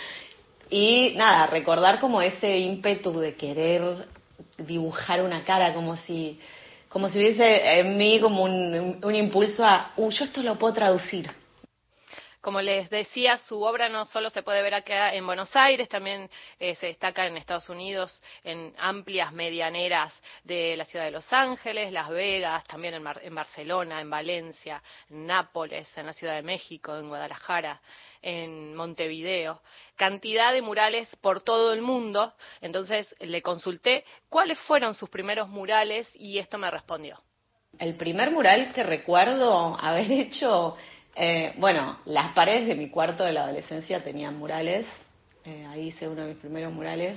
Y nada, recordar como ese ímpetu de querer dibujar una cara, como si hubiese en mí como un impulso a, yo esto lo puedo traducir. Como les decía, su obra no solo se puede ver acá en Buenos Aires, también se destaca en Estados Unidos, en amplias medianeras de la ciudad de Los Ángeles, Las Vegas, también en Barcelona, en Valencia, en Nápoles, en la Ciudad de México, en Guadalajara, en Montevideo. Cantidad de murales por todo el mundo. Entonces le consulté cuáles fueron sus primeros murales y esto me respondió. El primer mural que recuerdo haber hecho... bueno, las paredes de mi cuarto de la adolescencia tenían murales, ahí hice uno de mis primeros murales,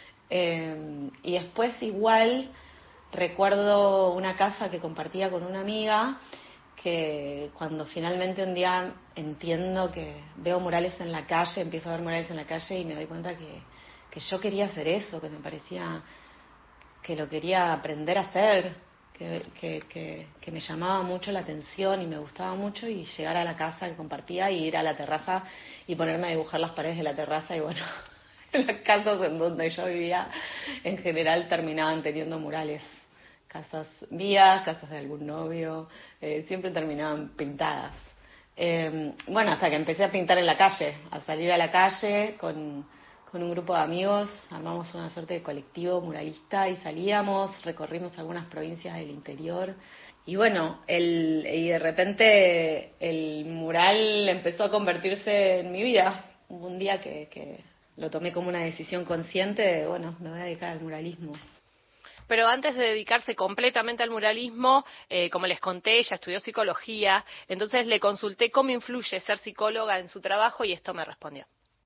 y después igual recuerdo una casa que compartía con una amiga, que cuando finalmente un día entiendo que veo murales en la calle, empiezo a ver murales en la calle y me doy cuenta que yo quería hacer eso, que me parecía que lo quería aprender a hacer, que me llamaba mucho la atención y me gustaba mucho, y llegar a la casa que compartía y ir a la terraza y ponerme a dibujar las paredes de la terraza. Y bueno, las casas en donde yo vivía en general terminaban teniendo murales, casas mías, casas de algún novio, siempre terminaban pintadas. Bueno, hasta que empecé a pintar en la calle, a salir a la calle con un grupo de amigos, armamos una suerte de colectivo muralista y salíamos, recorrimos algunas provincias del interior. Y bueno, y de repente el mural empezó a convertirse en mi vida. Hubo un día que lo tomé como una decisión consciente de, bueno, me voy a dedicar al muralismo. Pero antes de dedicarse completamente al muralismo, como les conté, ella estudió psicología, entonces le consulté cómo influye ser psicóloga en su trabajo y esto me respondió.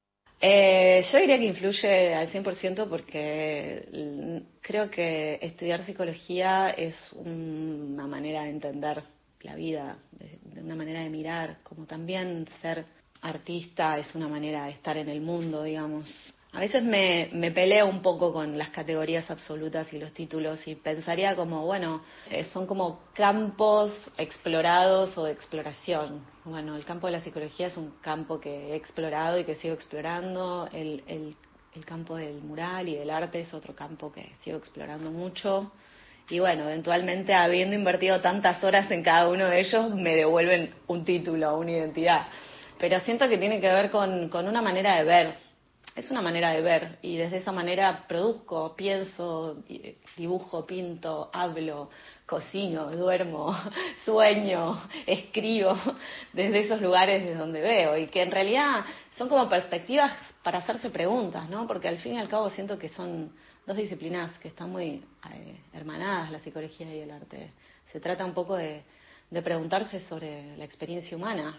Yo diría que influye al 100% porque creo que estudiar psicología es una manera de entender la vida, de una manera de mirar, como también ser artista es una manera de estar en el mundo, digamos. A veces me peleo un poco con las categorías absolutas y los títulos y pensaría como, bueno, son como campos explorados o de exploración. Bueno, el campo de la psicología es un campo que he explorado y que sigo explorando. El campo del mural y del arte es otro campo que sigo explorando mucho. Y bueno, eventualmente, habiendo invertido tantas horas en cada uno de ellos, me devuelven un título, una identidad. Pero siento que tiene que ver con una manera de ver. Es una manera de ver y desde esa manera produzco, pienso, dibujo, pinto, hablo, cocino, duermo, sueño, escribo desde esos lugares desde donde veo, y que en realidad son como perspectivas para hacerse preguntas, ¿no? Porque al fin y al cabo siento que son dos disciplinas que están muy hermanadas, la psicología y el arte. Se trata un poco de preguntarse sobre la experiencia humana.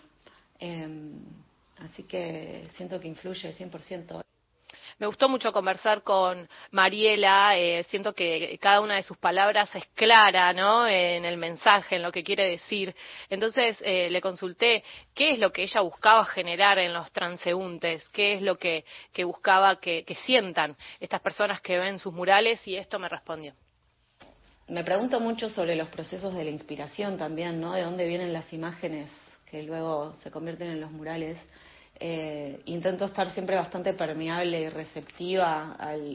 Así que siento que influye 100%. Me gustó mucho conversar con Mariela, siento que cada una de sus palabras es clara, ¿no?, en el mensaje, en lo que quiere decir. Entonces le consulté qué es lo que ella buscaba generar en los transeúntes, qué es lo que buscaba que sientan estas personas que ven sus murales, y esto me respondió. Me pregunto mucho sobre los procesos de la inspiración también, ¿no?, de dónde vienen las imágenes que luego se convierten en los murales. Intento estar siempre bastante permeable y receptiva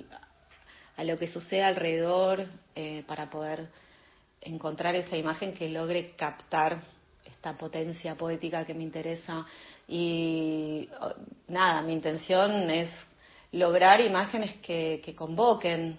a lo que sucede alrededor, para poder encontrar esa imagen que logre captar esta potencia poética que me interesa. Y nada, mi intención es lograr imágenes que convoquen,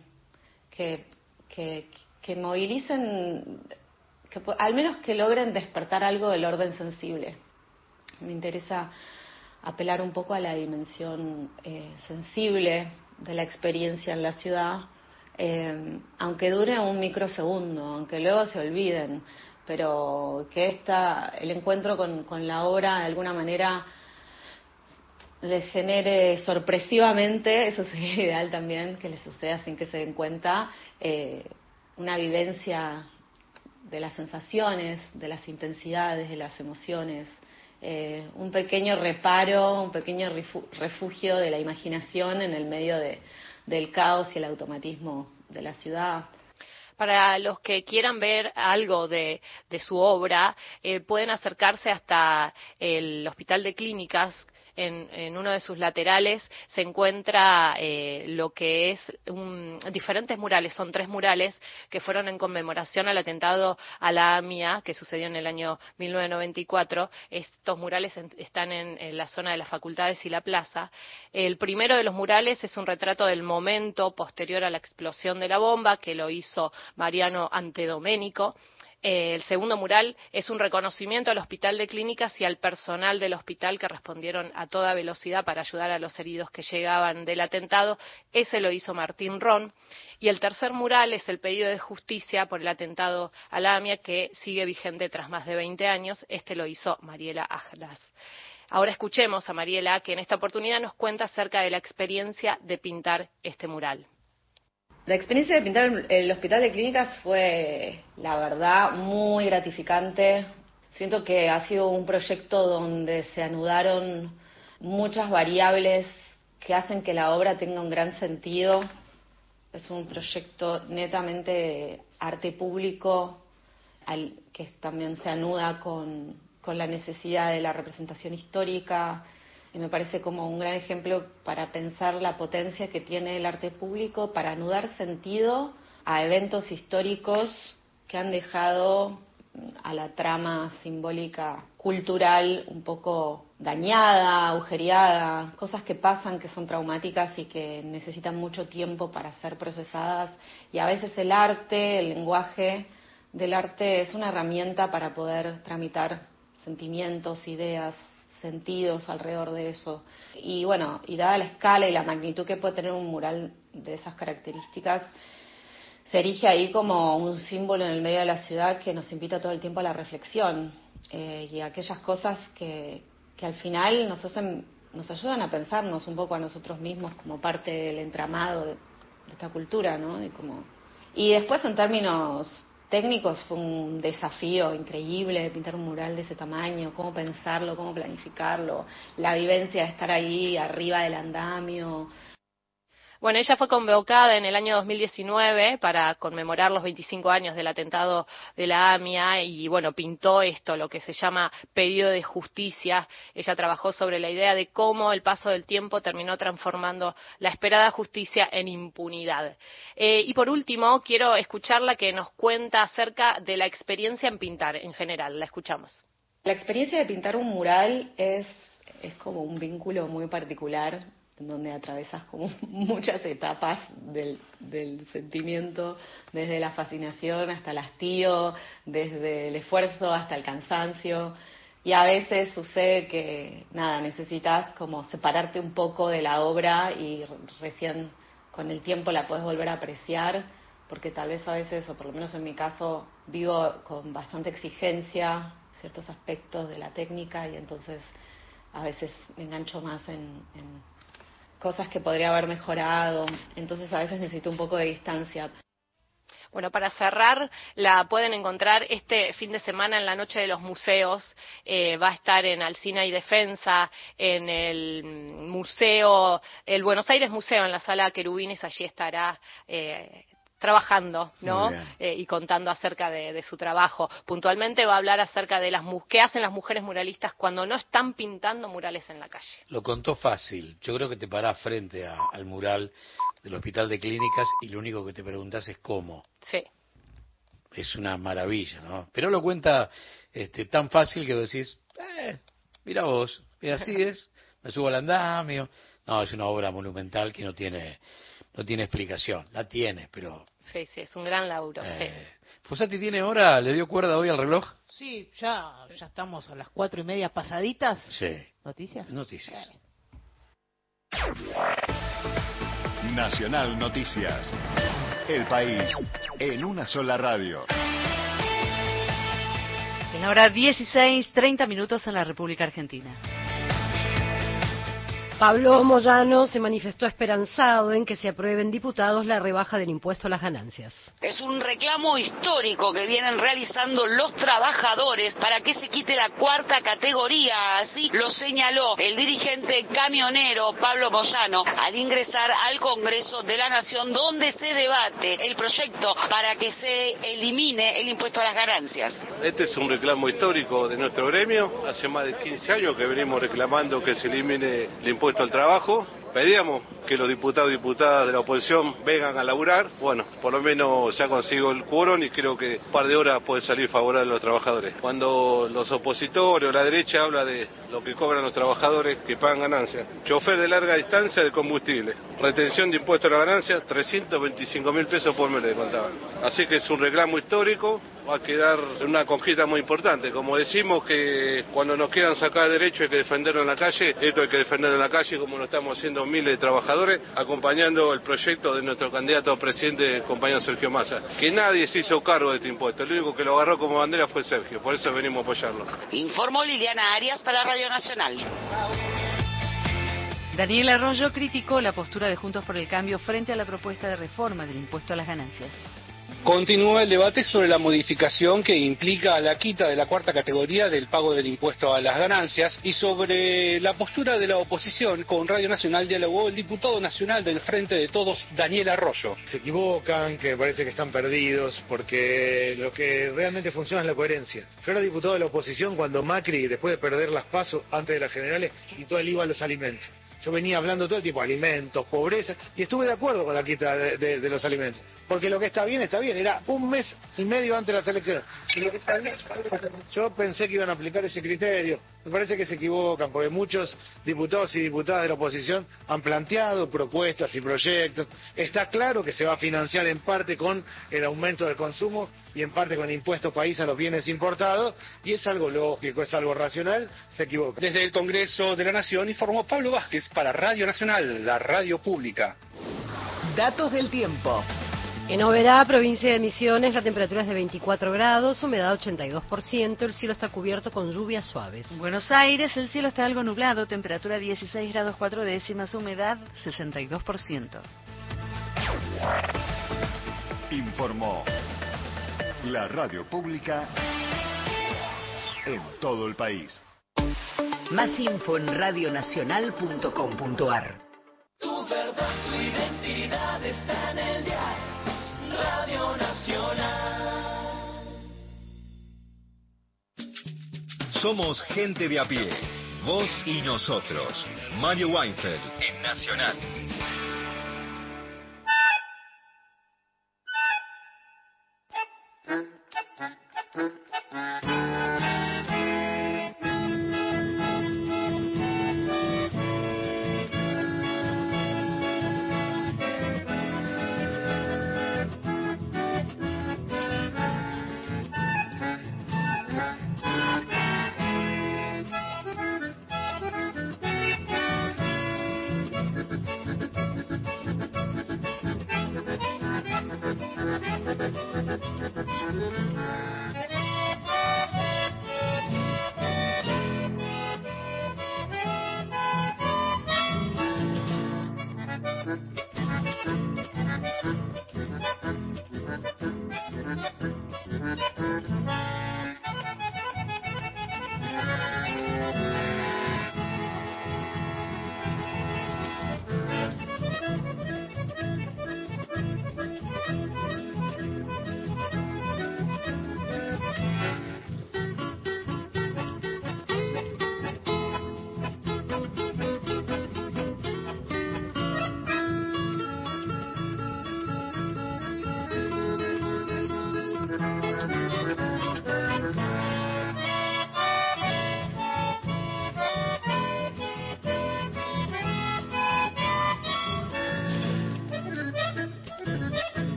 que movilicen, que al menos que logren despertar algo del orden sensible. Me interesa apelar un poco a la dimensión sensible de la experiencia en la ciudad, aunque dure un microsegundo, aunque luego se olviden, pero que el encuentro con la obra de alguna manera les genere sorpresivamente, eso sería ideal también, que les suceda sin que se den cuenta, una vivencia las sensaciones, de las intensidades, de las emociones. Un pequeño reparo, un pequeño refugio de la imaginación en el medio del caos y el automatismo de la ciudad. Para los que quieran ver algo de su obra, pueden acercarse hasta el Hospital de Clínicas. En uno de sus laterales se encuentra lo que es diferentes murales, son 3 murales que fueron en conmemoración al atentado a la AMIA que sucedió en el año 1994. Estos murales están en la zona de las facultades y la plaza. El primero de los murales es un retrato del momento posterior a la explosión de la bomba, que lo hizo Mariano Antedomenico. El segundo mural es un reconocimiento al Hospital de Clínicas y al personal del hospital que respondieron a toda velocidad para ayudar a los heridos que llegaban del atentado. Ese lo hizo Martín Ron. Y el tercer mural es el pedido de justicia por el atentado a la AMIA, que sigue vigente tras más de 20 años. Este lo hizo Mariela Aglas. Ahora escuchemos a Mariela, que en esta oportunidad nos cuenta acerca de la experiencia de pintar este mural. La experiencia de pintar el Hospital de Clínicas fue, la verdad, muy gratificante. Siento que ha sido un proyecto donde se anudaron muchas variables que hacen que la obra tenga un gran sentido. Es un proyecto netamente de arte público, que también se anuda con la necesidad de la representación histórica. Y me parece como un gran ejemplo para pensar la potencia que tiene el arte público para anudar sentido a eventos históricos que han dejado a la trama simbólica cultural un poco dañada, agujereada, cosas que pasan que son traumáticas y que necesitan mucho tiempo para ser procesadas. Y a veces el arte, el lenguaje del arte es una herramienta para poder tramitar sentimientos, ideas, sentidos alrededor de eso. Y bueno, y dada la escala y la magnitud que puede tener un mural de esas características, se erige ahí como un símbolo en el medio de la ciudad que nos invita todo el tiempo a la reflexión y a aquellas cosas que al final nos ayudan a pensarnos un poco a nosotros mismos como parte del entramado de esta cultura, ¿no? Y después, en términos técnicos, fue un desafío increíble pintar un mural de ese tamaño, cómo pensarlo, cómo planificarlo, la vivencia de estar ahí arriba del andamio. Bueno, ella fue convocada en el año 2019 para conmemorar los 25 años del atentado de la AMIA y, bueno, pintó esto, lo que se llama pedido de justicia. Ella trabajó sobre la idea de cómo el paso del tiempo terminó transformando la esperada justicia en impunidad. Y por último, quiero escucharla que nos cuenta acerca de la experiencia en pintar en general. La escuchamos. La experiencia de pintar un mural es como un vínculo muy particular, en donde atravesas como muchas etapas del sentimiento, desde la fascinación hasta el hastío, desde el esfuerzo hasta el cansancio, y a veces sucede que, necesitas como separarte un poco de la obra y recién con el tiempo la puedes volver a apreciar, porque tal vez a veces, o por lo menos en mi caso, vivo con bastante exigencia ciertos aspectos de la técnica y entonces a veces me engancho más en cosas que podría haber mejorado, entonces a veces necesito un poco de distancia. Bueno, para cerrar, la pueden encontrar este fin de semana en la Noche de los Museos. Va a estar en Alsina y Defensa, en el museo, el Buenos Aires Museo, en la Sala Querubines. Allí estará trabajando, ¿no? Y contando acerca de su trabajo. Puntualmente va a hablar acerca de qué hacen las mujeres muralistas cuando no están pintando murales en la calle. Lo contó fácil. Yo creo que te parás frente al mural del Hospital de Clínicas y lo único que te preguntás es cómo. Sí. Es una maravilla, ¿no? Pero lo cuenta tan fácil que vos decís, mira vos, así es, me subo al andamio. No, es una obra monumental que no tiene explicación. La tiene, pero... Sí, es un gran laburo. Sí. ¿Fossati tiene hora? ¿Le dio cuerda hoy al reloj? Sí, ya estamos a las 4:30 pasaditas. Sí. ¿Noticias? Noticias. Nacional Noticias. El país en una sola radio. En la hora 16:30 en la República Argentina. Pablo Moyano se manifestó esperanzado en que se apruebe en diputados la rebaja del impuesto a las ganancias. Es un reclamo histórico que vienen realizando los trabajadores para que se quite la cuarta categoría, así lo señaló el dirigente camionero Pablo Moyano al ingresar al Congreso de la Nación, donde se debate el proyecto para que se elimine el impuesto a las ganancias. Este es un reclamo histórico de nuestro gremio, hace más de 15 años que venimos reclamando que se elimine el impuesto al trabajo. Pedíamos que los diputados y diputadas de la oposición vengan a laburar. Bueno, por lo menos se ha conseguido el quórum y creo que un par de horas puede salir favorable a los trabajadores. Cuando los opositores o la derecha habla de lo que cobran los trabajadores que pagan ganancias, chofer de larga distancia de combustible, retención de impuestos a la ganancia, 325.000 pesos por mes le contaban. Así que es un reclamo histórico. Va a quedar una conquista muy importante. Como decimos que cuando nos quieran sacar derecho hay que defenderlo en la calle, esto hay que defenderlo en la calle como lo estamos haciendo miles de trabajadores, acompañando el proyecto de nuestro candidato a presidente, el compañero Sergio Massa, que nadie se hizo cargo de este impuesto, el único que lo agarró como bandera fue Sergio, por eso venimos a apoyarlo. Informó Liliana Arias para Radio Nacional. Daniel Arroyo criticó la postura de Juntos por el Cambio frente a la propuesta de reforma del impuesto a las ganancias. Continúa el debate sobre la modificación que implica la quita de la cuarta categoría del pago del impuesto a las ganancias y sobre la postura de la oposición. Con Radio Nacional dialogó el diputado nacional del Frente de Todos, Daniel Arroyo. Se equivocan, que me parece que están perdidos, porque lo que realmente funciona es la coherencia. Yo era diputado de la oposición cuando Macri, después de perder las PASO, antes de las generales, quitó el IVA a los alimentos. Yo venía hablando todo el tiempo, alimentos, pobreza, y estuve de acuerdo con la quita de los alimentos. Porque lo que está bien, era un mes y medio antes de las elecciones. Y lo que está bien, yo pensé que iban a aplicar ese criterio. Me parece que se equivocan, porque muchos diputados y diputadas de la oposición han planteado propuestas y proyectos. Está claro que se va a financiar en parte con el aumento del consumo y en parte con impuestos país a los bienes importados, y es algo lógico, es algo racional, se equivoca. Desde el Congreso de la Nación informó Pablo Vázquez para Radio Nacional, la radio pública. Datos del tiempo. En Oberá, provincia de Misiones, la temperatura es de 24 grados, humedad 82%, el cielo está cubierto con lluvias suaves. En Buenos Aires, el cielo está algo nublado, temperatura 16 grados 4 décimas, humedad 62%. Informó la radio pública en todo el país. Más info en radionacional.com.ar. Tu verdad, tu identidad está en el diario Radio Nacional. Somos gente de a pie, vos y nosotros. Mario Weinfeld en Nacional.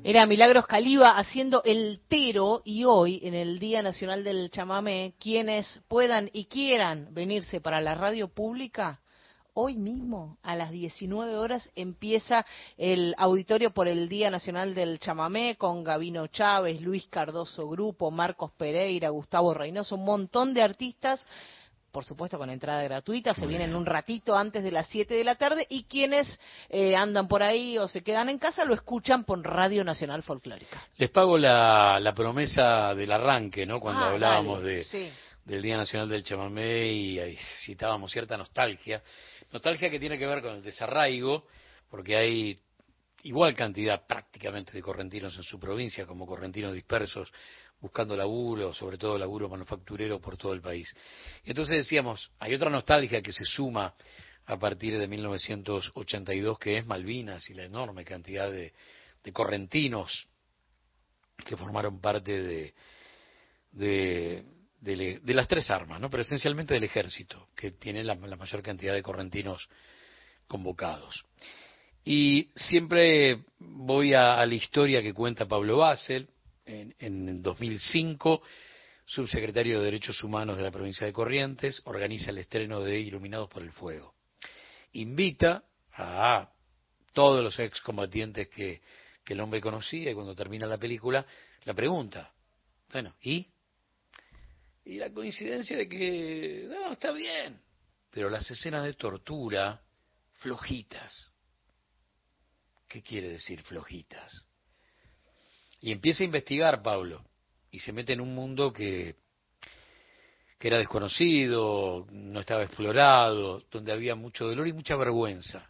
Era Milagros Caliba haciendo el tero, y hoy, en el Día Nacional del Chamamé, quienes puedan y quieran venirse para la radio pública, hoy mismo, a las 19 horas, empieza el auditorio por el Día Nacional del Chamamé con Gabino Chávez, Luis Cardoso Grupo, Marcos Pereira, Gustavo Reynoso, un montón de artistas, por supuesto con entrada gratuita, se vienen un ratito antes de las 7 de la tarde, y quienes andan por ahí o se quedan en casa lo escuchan por Radio Nacional Folclórica. Les pago la promesa del arranque, ¿no? Cuando hablábamos dale, sí. del Día Nacional del Chamamé y ahí citábamos cierta nostalgia que tiene que ver con el desarraigo, porque hay igual cantidad prácticamente de correntinos en su provincia como correntinos dispersos buscando laburo, sobre todo laburo manufacturero por todo el país. Y entonces decíamos, hay otra nostalgia que se suma a partir de 1982, que es Malvinas y la enorme cantidad de correntinos que formaron parte de las tres armas, ¿no? Pero esencialmente del ejército, que tiene la mayor cantidad de correntinos convocados. Y siempre voy a la historia que cuenta Pablo Basel, en 2005, subsecretario de Derechos Humanos de la provincia de Corrientes, organiza el estreno de Iluminados por el Fuego. Invita a todos los excombatientes que el hombre conocía, y cuando termina la película, la pregunta, bueno, ¿y la coincidencia de que, no, está bien, pero las escenas de tortura, flojitas. ¿Qué quiere decir flojitas? Y empieza a investigar Pablo, y se mete en un mundo que era desconocido, no estaba explorado, donde había mucho dolor y mucha vergüenza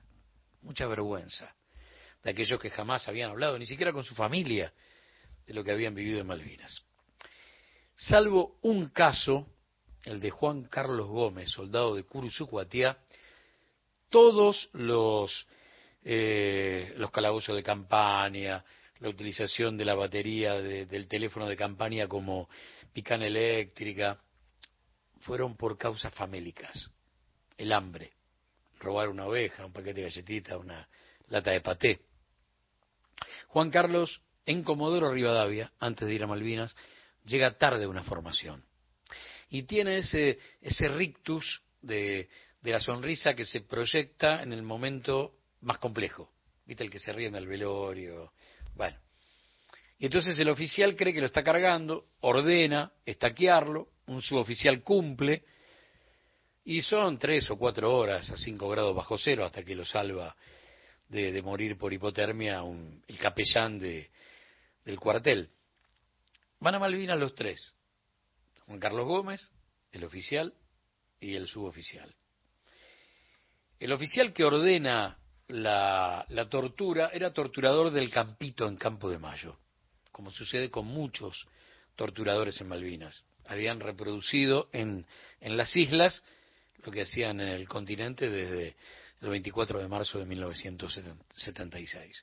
de aquellos que jamás habían hablado, ni siquiera con su familia, de lo que habían vivido en Malvinas. Salvo un caso, el de Juan Carlos Gómez, soldado de Curuzucuatiá, todos los calabozos de campaña, la utilización de la batería del teléfono de campaña como picana eléctrica, fueron por causas famélicas. El hambre, robar una oveja, un paquete de galletitas, una lata de paté. Juan Carlos, en Comodoro Rivadavia, antes de ir a Malvinas, llega tarde a una formación. Y tiene ese rictus de la sonrisa que se proyecta en el momento más complejo. ¿Viste? El que se ríe en el velorio. Bueno. Y entonces el oficial cree que lo está cargando, ordena estaquearlo, un suboficial cumple, y son 3 o 4 horas a 5 grados bajo cero hasta que lo salva de morir por hipotermia el capellán del cuartel. Van a Malvinas los tres, Juan Carlos Gómez, el oficial y el suboficial. El oficial que ordena la tortura era torturador del Campito en Campo de Mayo, como sucede con muchos torturadores en Malvinas. Habían reproducido en las islas lo que hacían en el continente desde el 24 de marzo de 1976.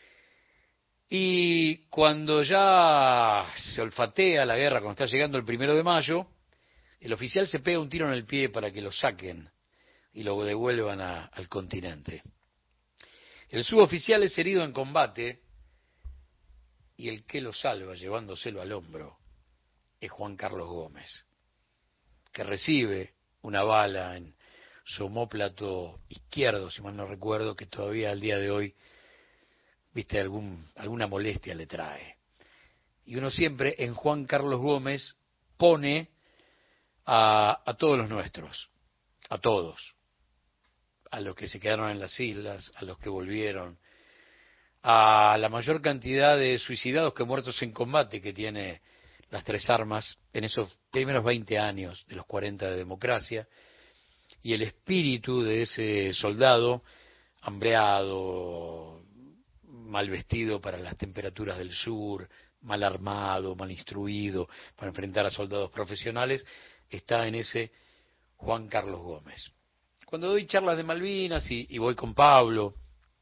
Y cuando ya se olfatea la guerra, cuando está llegando el 1 de mayo, el oficial se pega un tiro en el pie para que lo saquen y lo devuelvan al continente. El suboficial es herido en combate, y el que lo salva llevándoselo al hombro es Juan Carlos Gómez, que recibe una bala en su omóplato izquierdo, si mal no recuerdo, que todavía al día de hoy, viste, alguna molestia le trae. Y uno siempre en Juan Carlos Gómez pone a todos los nuestros, a todos, a los que se quedaron en las islas, a los que volvieron, a la mayor cantidad de suicidados que muertos en combate que tiene las tres armas en esos primeros 20 años de los 40 de democracia, y el espíritu de ese soldado hambreado, mal vestido para las temperaturas del sur, mal armado, mal instruido para enfrentar a soldados profesionales, está en ese Juan Carlos Gómez. Cuando doy charlas de Malvinas y voy con Pablo,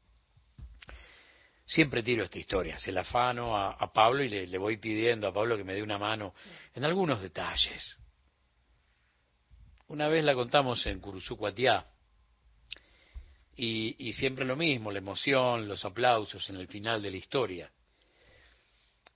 siempre tiro esta historia, se la afano a Pablo y le voy pidiendo a Pablo que me dé una mano en algunos detalles. Una vez la contamos en Curuzucuatiá, y siempre lo mismo, la emoción, los aplausos en el final de la historia.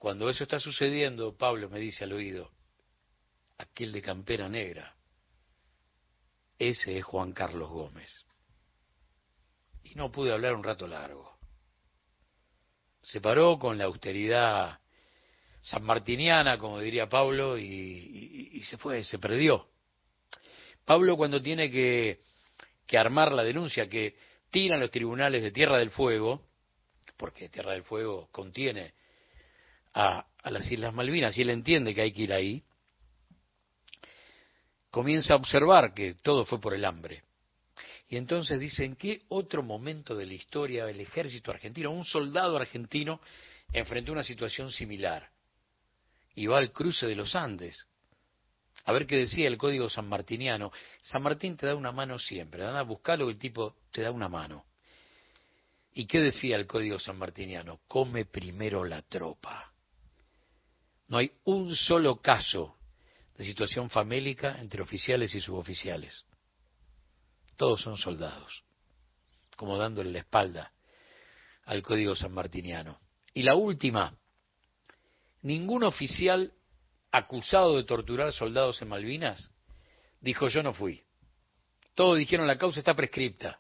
Cuando eso está sucediendo, Pablo me dice al oído, aquel de campera negra, ese es Juan Carlos Gómez. Y no pude hablar un rato largo. Se paró con la austeridad sanmartiniana, como diría Pablo, y se fue, se perdió. Pablo, cuando tiene que armar la denuncia que tiran los tribunales de Tierra del Fuego, porque Tierra del Fuego contiene a las Islas Malvinas, y él entiende que hay que ir ahí, comienza a observar que todo fue por el hambre. Y entonces dice, ¿en qué otro momento de la historia el ejército argentino, un soldado argentino, enfrentó una situación similar? Y va al cruce de los Andes, a ver qué decía el código sanmartiniano. San Martín te da una mano siempre, anda a buscarlo, el tipo te da una mano. ¿Y qué decía el código sanmartiniano? Come primero la tropa. No hay un solo caso de situación famélica entre oficiales y suboficiales. Todos son soldados, como dándole la espalda al código sanmartiniano. Y la última, ningún oficial acusado de torturar soldados en Malvinas dijo yo no fui. Todos dijeron la causa está prescripta.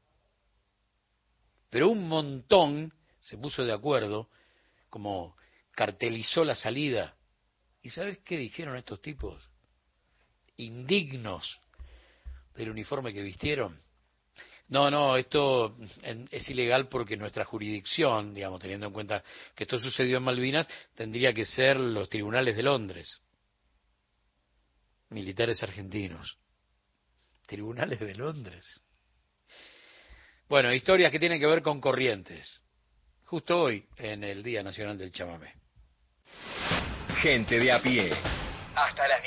Pero un montón se puso de acuerdo, como cartelizó la salida. ¿Y sabes qué dijeron estos tipos? Indignos del uniforme que vistieron. No, esto es ilegal porque nuestra jurisdicción, digamos, teniendo en cuenta que esto sucedió en Malvinas, tendría que ser los tribunales de Londres. Militares argentinos. Tribunales de Londres. Bueno, historias que tienen que ver con Corrientes. Justo hoy, en el Día Nacional del Chamamé. Gente de a pie. Hasta las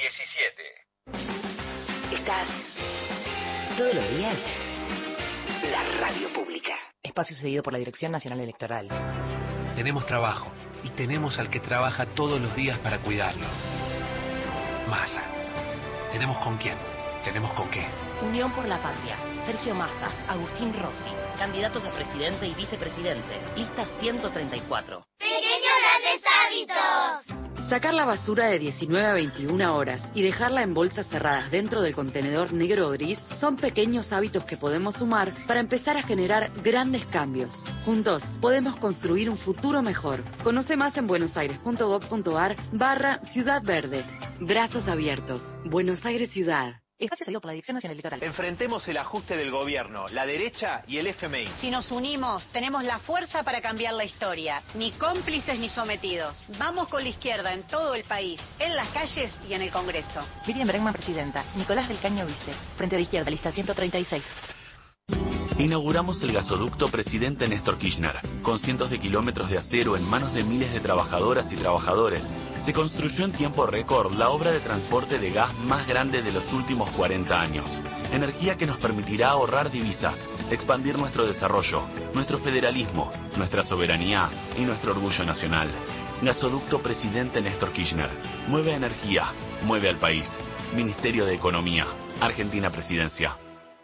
17. ¿Estás todos los días? La radio pública. Espacio cedido por la Dirección Nacional Electoral. Tenemos trabajo y tenemos al que trabaja todos los días para cuidarlo. Massa. ¿Tenemos con quién? ¿Tenemos con qué? Unión por la Patria. Sergio Massa, Agustín Rossi. Candidatos a presidente y vicepresidente. Lista 134. ¡Pequeños grandes hábitos! Sacar la basura de 19 a 21 horas y dejarla en bolsas cerradas dentro del contenedor negro o gris son pequeños hábitos que podemos sumar para empezar a generar grandes cambios. Juntos podemos construir un futuro mejor. Conoce más en buenosaires.gov.ar/Ciudad Verde. Brazos abiertos. Buenos Aires Ciudad. Espacio cedido por la Dirección Nacional Electoral. Enfrentemos el ajuste del gobierno, la derecha y el FMI. Si nos unimos, tenemos la fuerza para cambiar la historia. Ni cómplices ni sometidos. Vamos con la izquierda en todo el país, en las calles y en el Congreso. Miriam Bregman, presidenta. Nicolás del Caño, vice. Frente de Izquierda, lista 136. Inauguramos el gasoducto Presidente Néstor Kirchner, con cientos de kilómetros de acero en manos de miles de trabajadoras y trabajadores. Se construyó en tiempo récord la obra de transporte de gas más grande de los últimos 40 años. Energía que nos permitirá ahorrar divisas, expandir nuestro desarrollo, nuestro federalismo, nuestra soberanía y nuestro orgullo nacional. Gasoducto Presidente Néstor Kirchner. Mueve energía, mueve al país. Ministerio de Economía. Argentina Presidencia.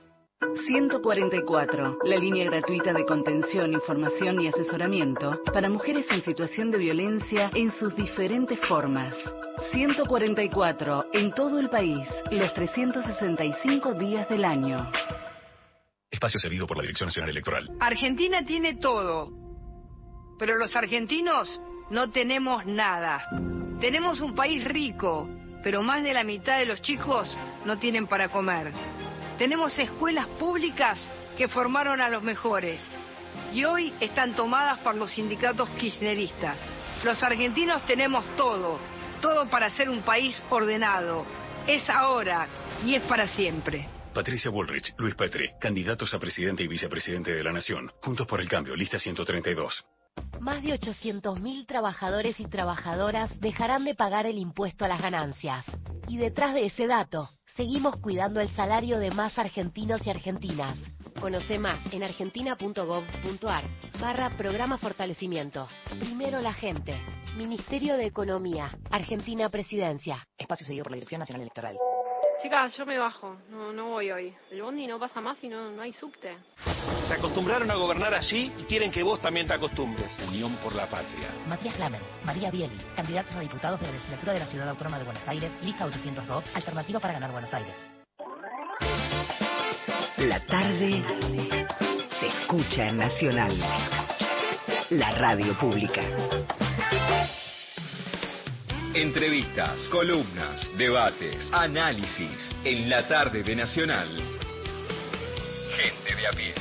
144, la línea gratuita de contención, información y asesoramiento para mujeres en situación de violencia en sus diferentes formas. 144, en todo el país, los 365 días del año. Espacio cedido por la Dirección Nacional Electoral. Argentina tiene todo, pero los argentinos no tenemos nada. Tenemos un país rico, pero más de la mitad de los chicos no tienen para comer. Tenemos escuelas públicas que formaron a los mejores y hoy están tomadas por los sindicatos kirchneristas. Los argentinos tenemos todo para ser un país ordenado. Es ahora y es para siempre. Patricia Bullrich, Luis Petri, candidatos a presidente y vicepresidente de la Nación. Juntos por el Cambio, lista 132. Más de 800.000 trabajadores y trabajadoras dejarán de pagar el impuesto a las ganancias. Y detrás de ese dato, seguimos cuidando el salario de más argentinos y argentinas. Conoce más en argentina.gov.ar/programa fortalecimiento. Primero la gente. Ministerio de Economía. Argentina Presidencia. Espacio cedido por la Dirección Nacional Electoral. Chicas, yo me bajo, no voy hoy. El bondi no pasa más y no hay subte. Se acostumbraron a gobernar así y quieren que vos también te acostumbres. Unión por la Patria. Matías Lamens, María Bieli, candidatos a diputados de la legislatura de la Ciudad Autónoma de Buenos Aires, lista 802, alternativa para ganar Buenos Aires. La tarde se escucha en Nacional, la radio pública. Entrevistas, columnas, debates, análisis en la tarde de Nacional. Gente de a pie.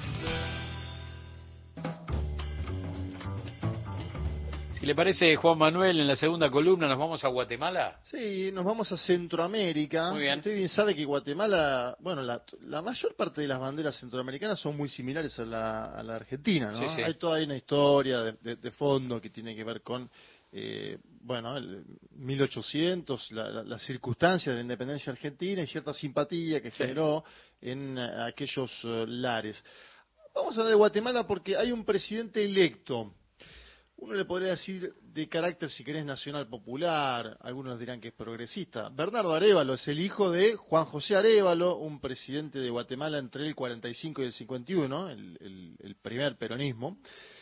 Si le parece, Juan Manuel, en la segunda columna nos vamos a Guatemala. Sí, nos vamos a Centroamérica. Muy bien. Usted bien sabe que Guatemala, bueno, la mayor parte de las banderas centroamericanas son muy similares a la Argentina, ¿no? Sí, sí. Hay toda una historia de fondo que tiene que ver con, bueno, el 1800, las circunstancias de la independencia argentina y cierta simpatía que generó en aquellos lares. Vamos a hablar de Guatemala porque hay un presidente electo. Uno le podría decir de carácter, si querés, nacional popular, algunos dirán que es progresista. Bernardo Arévalo es el hijo de Juan José Arévalo, un presidente de Guatemala entre el 45 y el 51, el primer peronismo.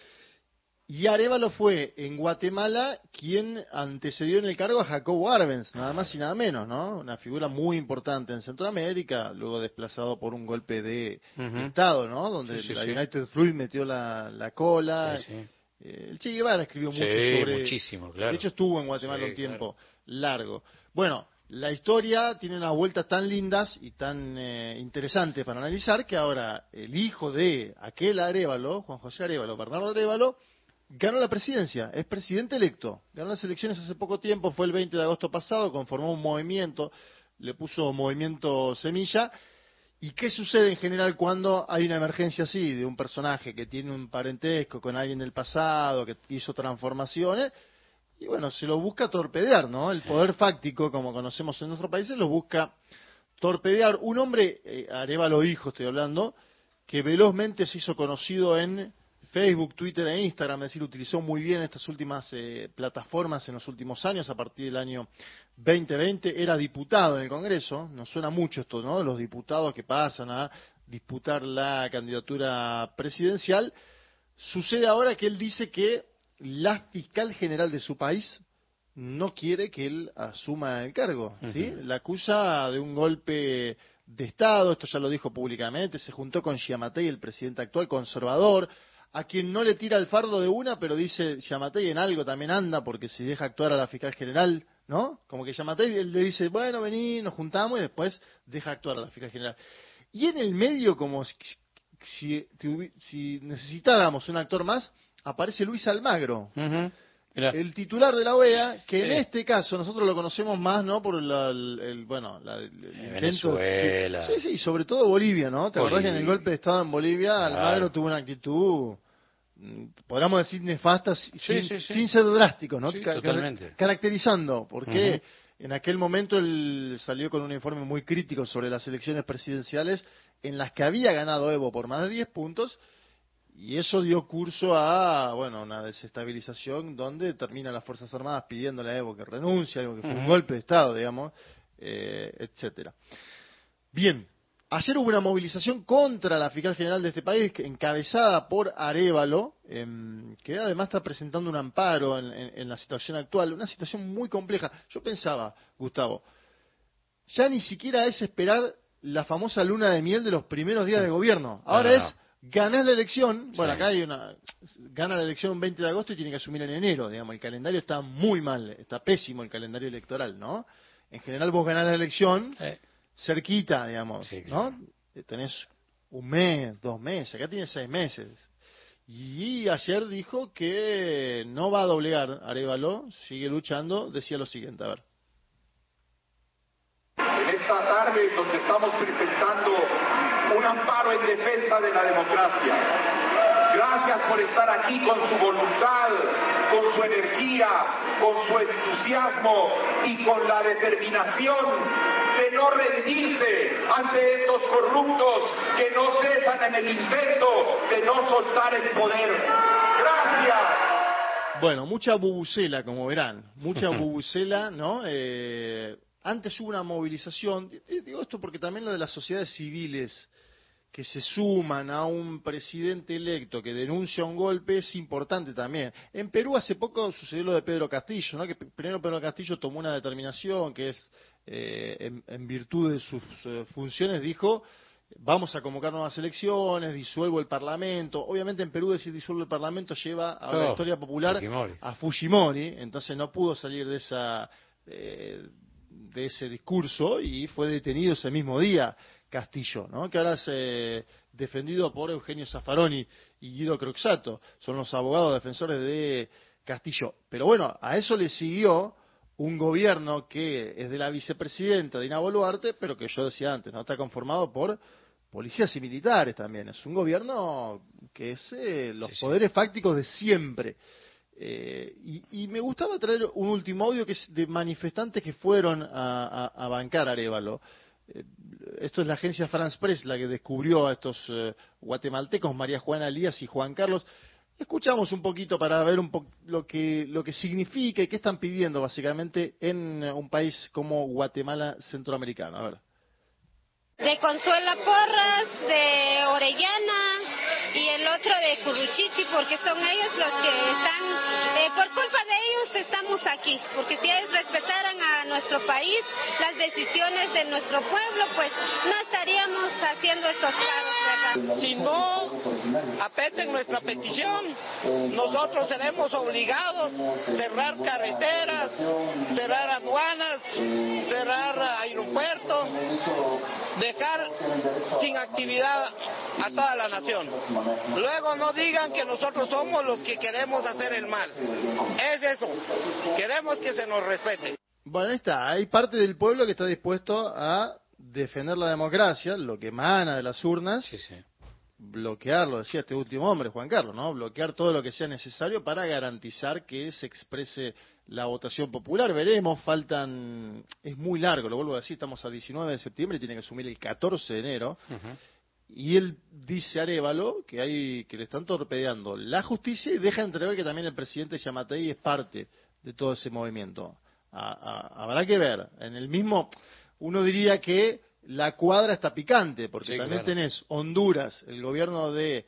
Y Arévalo fue en Guatemala quien antecedió en el cargo a Jacobo Arbenz, nada más y nada menos, ¿no? Una figura muy importante en Centroamérica, luego desplazado por un golpe de Estado, ¿no? Donde la United Fruit metió la cola. Sí, sí. El Che Guevara escribió mucho sobre... muchísimo, claro. De hecho estuvo en Guatemala un tiempo largo. Bueno, la historia tiene unas vueltas tan lindas y tan interesantes para analizar que ahora el hijo de aquel Arévalo, Juan José Arévalo, Bernardo Arévalo, ganó la presidencia, es presidente electo. Ganó las elecciones hace poco tiempo, fue el 20 de agosto pasado, conformó un movimiento, le puso Movimiento Semilla. ¿Y qué sucede en general cuando hay una emergencia así, de un personaje que tiene un parentesco con alguien del pasado, que hizo transformaciones? Y bueno, se lo busca torpedear, ¿no? El poder fáctico, como conocemos en nuestros países, lo busca torpedear. Un hombre, Arévalo hijo estoy hablando, que velozmente se hizo conocido en Facebook, Twitter e Instagram, es decir, utilizó muy bien estas últimas plataformas en los últimos años, a partir del año 2020, era diputado en el Congreso, nos suena mucho esto, ¿no? Los diputados que pasan a disputar la candidatura presidencial. Sucede ahora que él dice que la fiscal general de su país no quiere que él asuma el cargo, ¿sí? La acusa de un golpe de Estado, esto ya lo dijo públicamente, se juntó con Giammattei, el presidente actual conservador, a quien no le tira el fardo de una, pero dice Giammattei en algo también anda, porque si deja actuar a la fiscal general, ¿no? Como que Giammattei le dice, bueno, vení, nos juntamos, y después deja actuar a la fiscal general. Y en el medio, como si necesitáramos un actor más, aparece Luis Almagro, el titular de la OEA, que en este caso nosotros lo conocemos más, ¿no? Por el intento Venezuela. Sí, sobre todo Bolivia, ¿no? ¿Te acordás que en el golpe de Estado en Bolivia Almagro tuvo una actitud, podríamos decir, nefasta, sin ser drástico, ¿no? Sí, totalmente. Caracterizando, porque en aquel momento él salió con un informe muy crítico sobre las elecciones presidenciales en las que había ganado Evo por más de 10 puntos, y eso dio curso a, bueno, una desestabilización donde terminan las Fuerzas Armadas pidiéndole a Evo que renuncie, algo que fue un golpe de Estado, digamos, etcétera. Bien, ayer hubo una movilización contra la fiscal general de este país, encabezada por Arévalo, que además está presentando un amparo en la situación actual, una situación muy compleja. Yo pensaba, Gustavo, ya ni siquiera es esperar la famosa luna de miel de los primeros días de gobierno. Ahora es ganar la elección. Bueno, acá hay gana la elección el 20 de agosto y tiene que asumir en enero, digamos. El calendario está muy mal, está pésimo el calendario electoral, ¿no? En general vos ganás la elección cerquita, digamos, ¿no? Tenés un mes, 2 meses, acá tienes 6 meses. Y ayer dijo que no va a doblegar Arévalo, sigue luchando, decía lo siguiente, a ver. En esta tarde donde estamos presentando un amparo en defensa de la democracia. Gracias por estar aquí con su voluntad, con su energía, con su entusiasmo y con la determinación de no rendirse ante estos corruptos que no cesan en el intento de no soltar el poder. Gracias. Bueno, mucha bubucela, como verán, mucha bubucela, ¿no? antes hubo una movilización, digo esto porque también lo de las sociedades civiles que se suman a un presidente electo que denuncia un golpe es importante también. En Perú hace poco sucedió lo de Pedro Castillo, ¿no? Que primero Pedro Castillo tomó una determinación que es, en virtud de sus funciones, dijo: vamos a convocar nuevas elecciones, disuelvo el Parlamento. Obviamente en Perú decir disuelvo el Parlamento lleva a la historia popular a Fujimori, entonces no pudo salir de ese discurso y fue detenido ese mismo día Castillo, ¿no? Que ahora es defendido por Eugenio Zaffaroni y Guido Croxatto, son los abogados defensores de Castillo. Pero bueno, a eso le siguió un gobierno que es de la vicepresidenta Dina Boluarte, pero que yo decía antes, no está conformado por policías y militares también. Es un gobierno que es los poderes fácticos de siempre. Y me gustaba traer un último audio que es de manifestantes que fueron a bancar a Arévalo. Esto es la agencia France Press la que descubrió a estos guatemaltecos, María Juana Elías y Juan Carlos. Escuchamos un poquito para ver lo que significa y qué están pidiendo básicamente en un país como Guatemala centroamericano. A ver. De Consuela Porras, de Orellana y el otro de Curruchichi, porque son ellos los que están, por culpa de ellos estamos aquí, porque si ellos respetaran a nuestro país, las decisiones de nuestro pueblo, pues no estaríamos haciendo estos paros, ¿verdad? Si no apeten nuestra petición, nosotros seremos obligados a cerrar carreteras, cerrar aduanas, cerrar aeropuertos, dejar sin actividad a toda la nación. Luego no digan que nosotros somos los que queremos hacer el mal. Es eso. Queremos que se nos respete. Bueno, ahí está. Hay parte del pueblo que está dispuesto a defender la democracia, lo que emana de las urnas. Bloquearlo, decía este último hombre, Juan Carlos, ¿no? Bloquear todo lo que sea necesario para garantizar que se exprese la votación popular. Veremos, es muy largo, lo vuelvo a decir, estamos a 19 de septiembre y tiene que asumir el 14 de enero. Y él dice a Arévalo que le están torpedeando la justicia y deja entrever que también el presidente Yamatei es parte de todo ese movimiento. Habrá que ver. En el mismo, uno diría que la cuadra está picante, porque también tenés Honduras, el gobierno de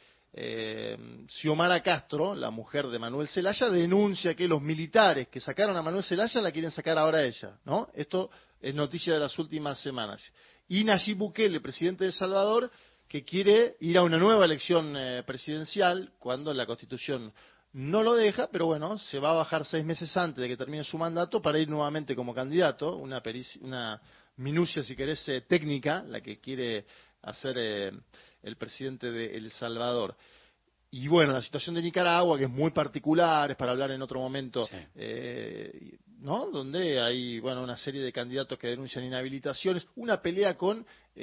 Xiomara Castro, la mujer de Manuel Zelaya, denuncia que los militares que sacaron a Manuel Zelaya la quieren sacar ahora a ella, ¿no? Esto es noticia de las últimas semanas. Y Nayib Bukele, presidente de El Salvador, que quiere ir a una nueva elección presidencial cuando la Constitución no lo deja, pero bueno, se va a bajar 6 meses antes de que termine su mandato para ir nuevamente como candidato, una minucia, si querés, técnica, la que quiere hacer el presidente de El Salvador. Y bueno, la situación de Nicaragua, que es muy particular, es para hablar en otro momento, ¿no? Donde hay, bueno, una serie de candidatos que denuncian inhabilitaciones, una pelea con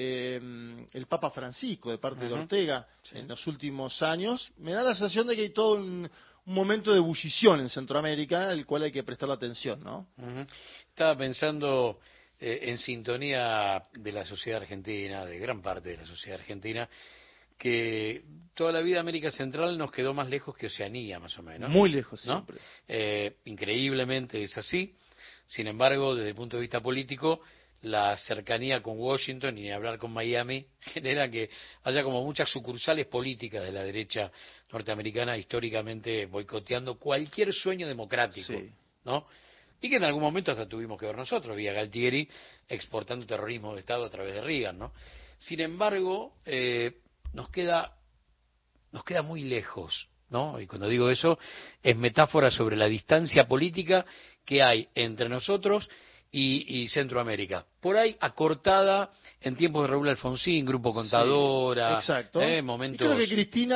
el Papa Francisco de parte de Ortega en los últimos años. Me da la sensación de que hay todo un momento de ebullición en Centroamérica, al cual hay que prestar atención, ¿no? Estaba pensando en sintonía de la sociedad argentina, de gran parte de la sociedad argentina, que toda la vida América Central nos quedó más lejos que Oceanía, más o menos. Muy lejos, ¿no? siempre. Increíblemente es así. Sin embargo, desde el punto de vista político, la cercanía con Washington y hablar con Miami genera que haya como muchas sucursales políticas de la derecha norteamericana históricamente boicoteando cualquier sueño democrático, ¿no? Y que en algún momento hasta tuvimos que ver nosotros, vía Galtieri, exportando terrorismo de Estado a través de Reagan, ¿no? Sin embargo, nos queda muy lejos, ¿no? Y cuando digo eso, es metáfora sobre la distancia política que hay entre nosotros y Centroamérica. Por ahí acortada en tiempos de Raúl Alfonsín, Grupo Contadora, exacto. Momentos. Y creo que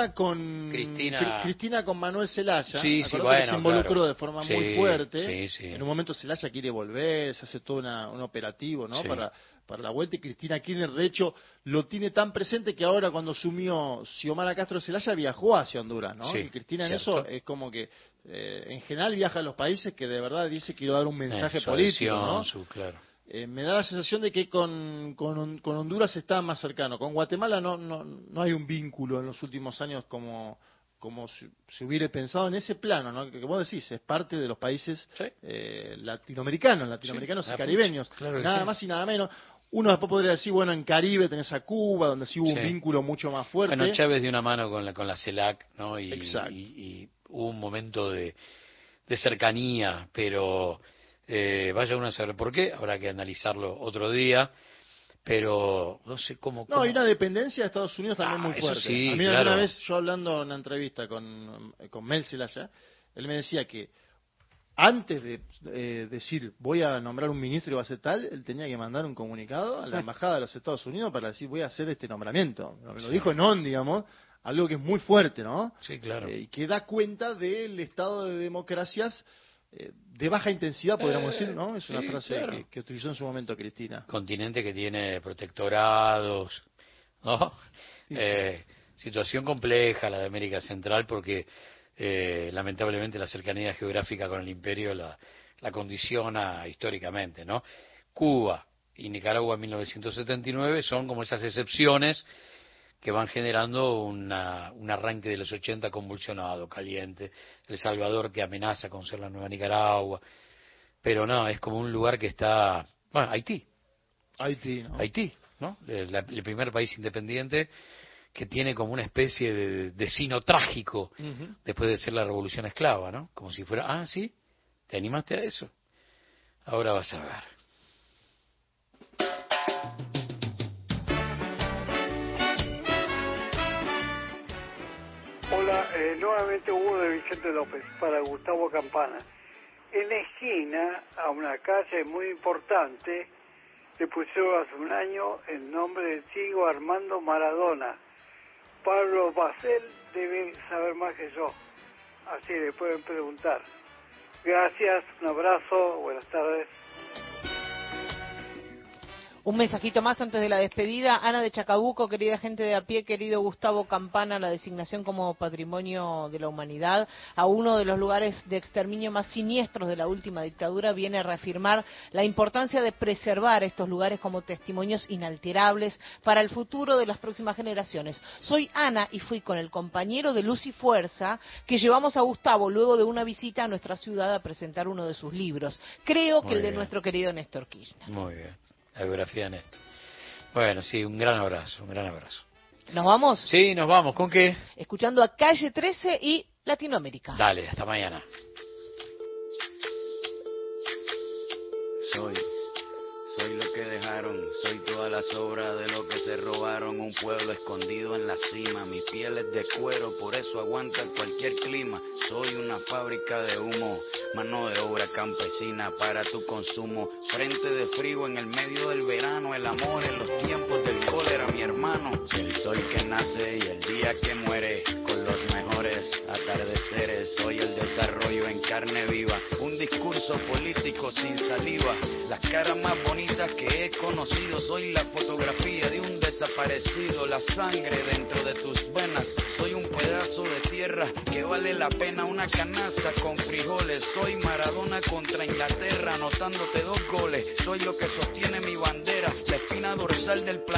Cristina con Manuel Zelaya, que se involucró de forma muy fuerte. Sí. En un momento Zelaya quiere volver, se hace todo un operativo, ¿no? Para la vuelta, y Cristina Kirchner, de hecho, lo tiene tan presente que ahora cuando asumió Xiomara Castro Zelaya viajó hacia Honduras, ¿no? Y Cristina en eso es como que en general viaja a los países que de verdad dice quiero dar un mensaje político, ¿no? Me da la sensación de que con Honduras está más cercano. Con Guatemala no hay un vínculo en los últimos años como como si se hubiera pensado en ese plano, ¿no? Que vos decís, es parte de los países latinoamericanos Sí, y caribeños, claro nada sí. más y nada menos. Uno después podría decir, bueno, en Caribe tenés a Cuba, donde sí hubo un vínculo mucho más fuerte. Bueno, Chávez dio una mano con la CELAC, ¿no? Exacto. Y hubo un momento de cercanía, pero vaya uno a saber por qué, habrá que analizarlo otro día, pero no sé cómo... No, hay una dependencia de Estados Unidos también muy eso fuerte. sí, a mí claro. una vez, yo hablando en una entrevista con Mel Zelaya, él me decía que antes de decir voy a nombrar un ministro y va a ser tal, él tenía que mandar un comunicado a la embajada de los Estados Unidos para decir voy a hacer este nombramiento. Lo dijo en on, digamos, algo que es muy fuerte, ¿no? Sí, claro. Y que da cuenta del estado de democracias de baja intensidad, podríamos decir, ¿no? Es una frase claro. que utilizó en su momento Cristina. Continente que tiene protectorados, ¿no? Sí. Situación compleja la de América Central porque lamentablemente la cercanía geográfica con el imperio la condiciona históricamente, ¿no? Cuba y Nicaragua en 1979 son como esas excepciones que van generando un arranque de los 80 convulsionado, caliente. El Salvador que amenaza con ser la nueva Nicaragua. Pero no, es como un lugar que está... Bueno, Haití, ¿no? El primer país independiente que tiene como una especie de sino trágico después de ser la revolución esclava, ¿no? Como si fuera, ¿sí? ¿Te animaste a eso? Ahora vas a ver. Hola, nuevamente Hugo de Vicente López para Gustavo Campana. En la esquina, a una calle muy importante, le pusieron hace un año el nombre de Diego Armando Maradona. Pablo Basel debe saber más que yo, así le pueden preguntar. Gracias, un abrazo, buenas tardes. Un mensajito más antes de la despedida. Ana de Chacabuco, querida gente de a pie, querido Gustavo Campana, la designación como Patrimonio de la Humanidad a uno de los lugares de exterminio más siniestros de la última dictadura viene a reafirmar la importancia de preservar estos lugares como testimonios inalterables para el futuro de las próximas generaciones. Soy Ana y fui con el compañero de Luz y Fuerza que llevamos a Gustavo luego de una visita a nuestra ciudad a presentar uno de sus libros. Creo que el de nuestro querido Néstor Kirchner. Muy bien. La biografía de Néstor. Bueno, sí, un gran abrazo, un gran abrazo. ¿Nos vamos? Sí, nos vamos. ¿Con qué? Escuchando a Calle 13 y Latinoamérica. Dale, hasta mañana. Soy lo que dejaron, soy toda la sobra de lo que se robaron. Un pueblo escondido en la cima, mi piel es de cuero, por eso aguanta cualquier clima. Soy una fábrica de humo, mano de obra campesina para tu consumo. Frente de frío en el medio del verano, el amor en los tiempos del cólera, mi hermano. El sol que nace y el día que muere, con los mejores atardeceres. Soy el desarrollo en carne viva, un discurso político sin saliva. Las caras más bonitas que he conocido, soy la fotografía de un desaparecido. La sangre dentro de tus venas, soy un pedazo de tierra que vale la pena una canasta con frijoles. Soy Maradona contra Inglaterra, anotándote 2 goles. Soy lo que sostiene mi bandera, la espina dorsal del planeta.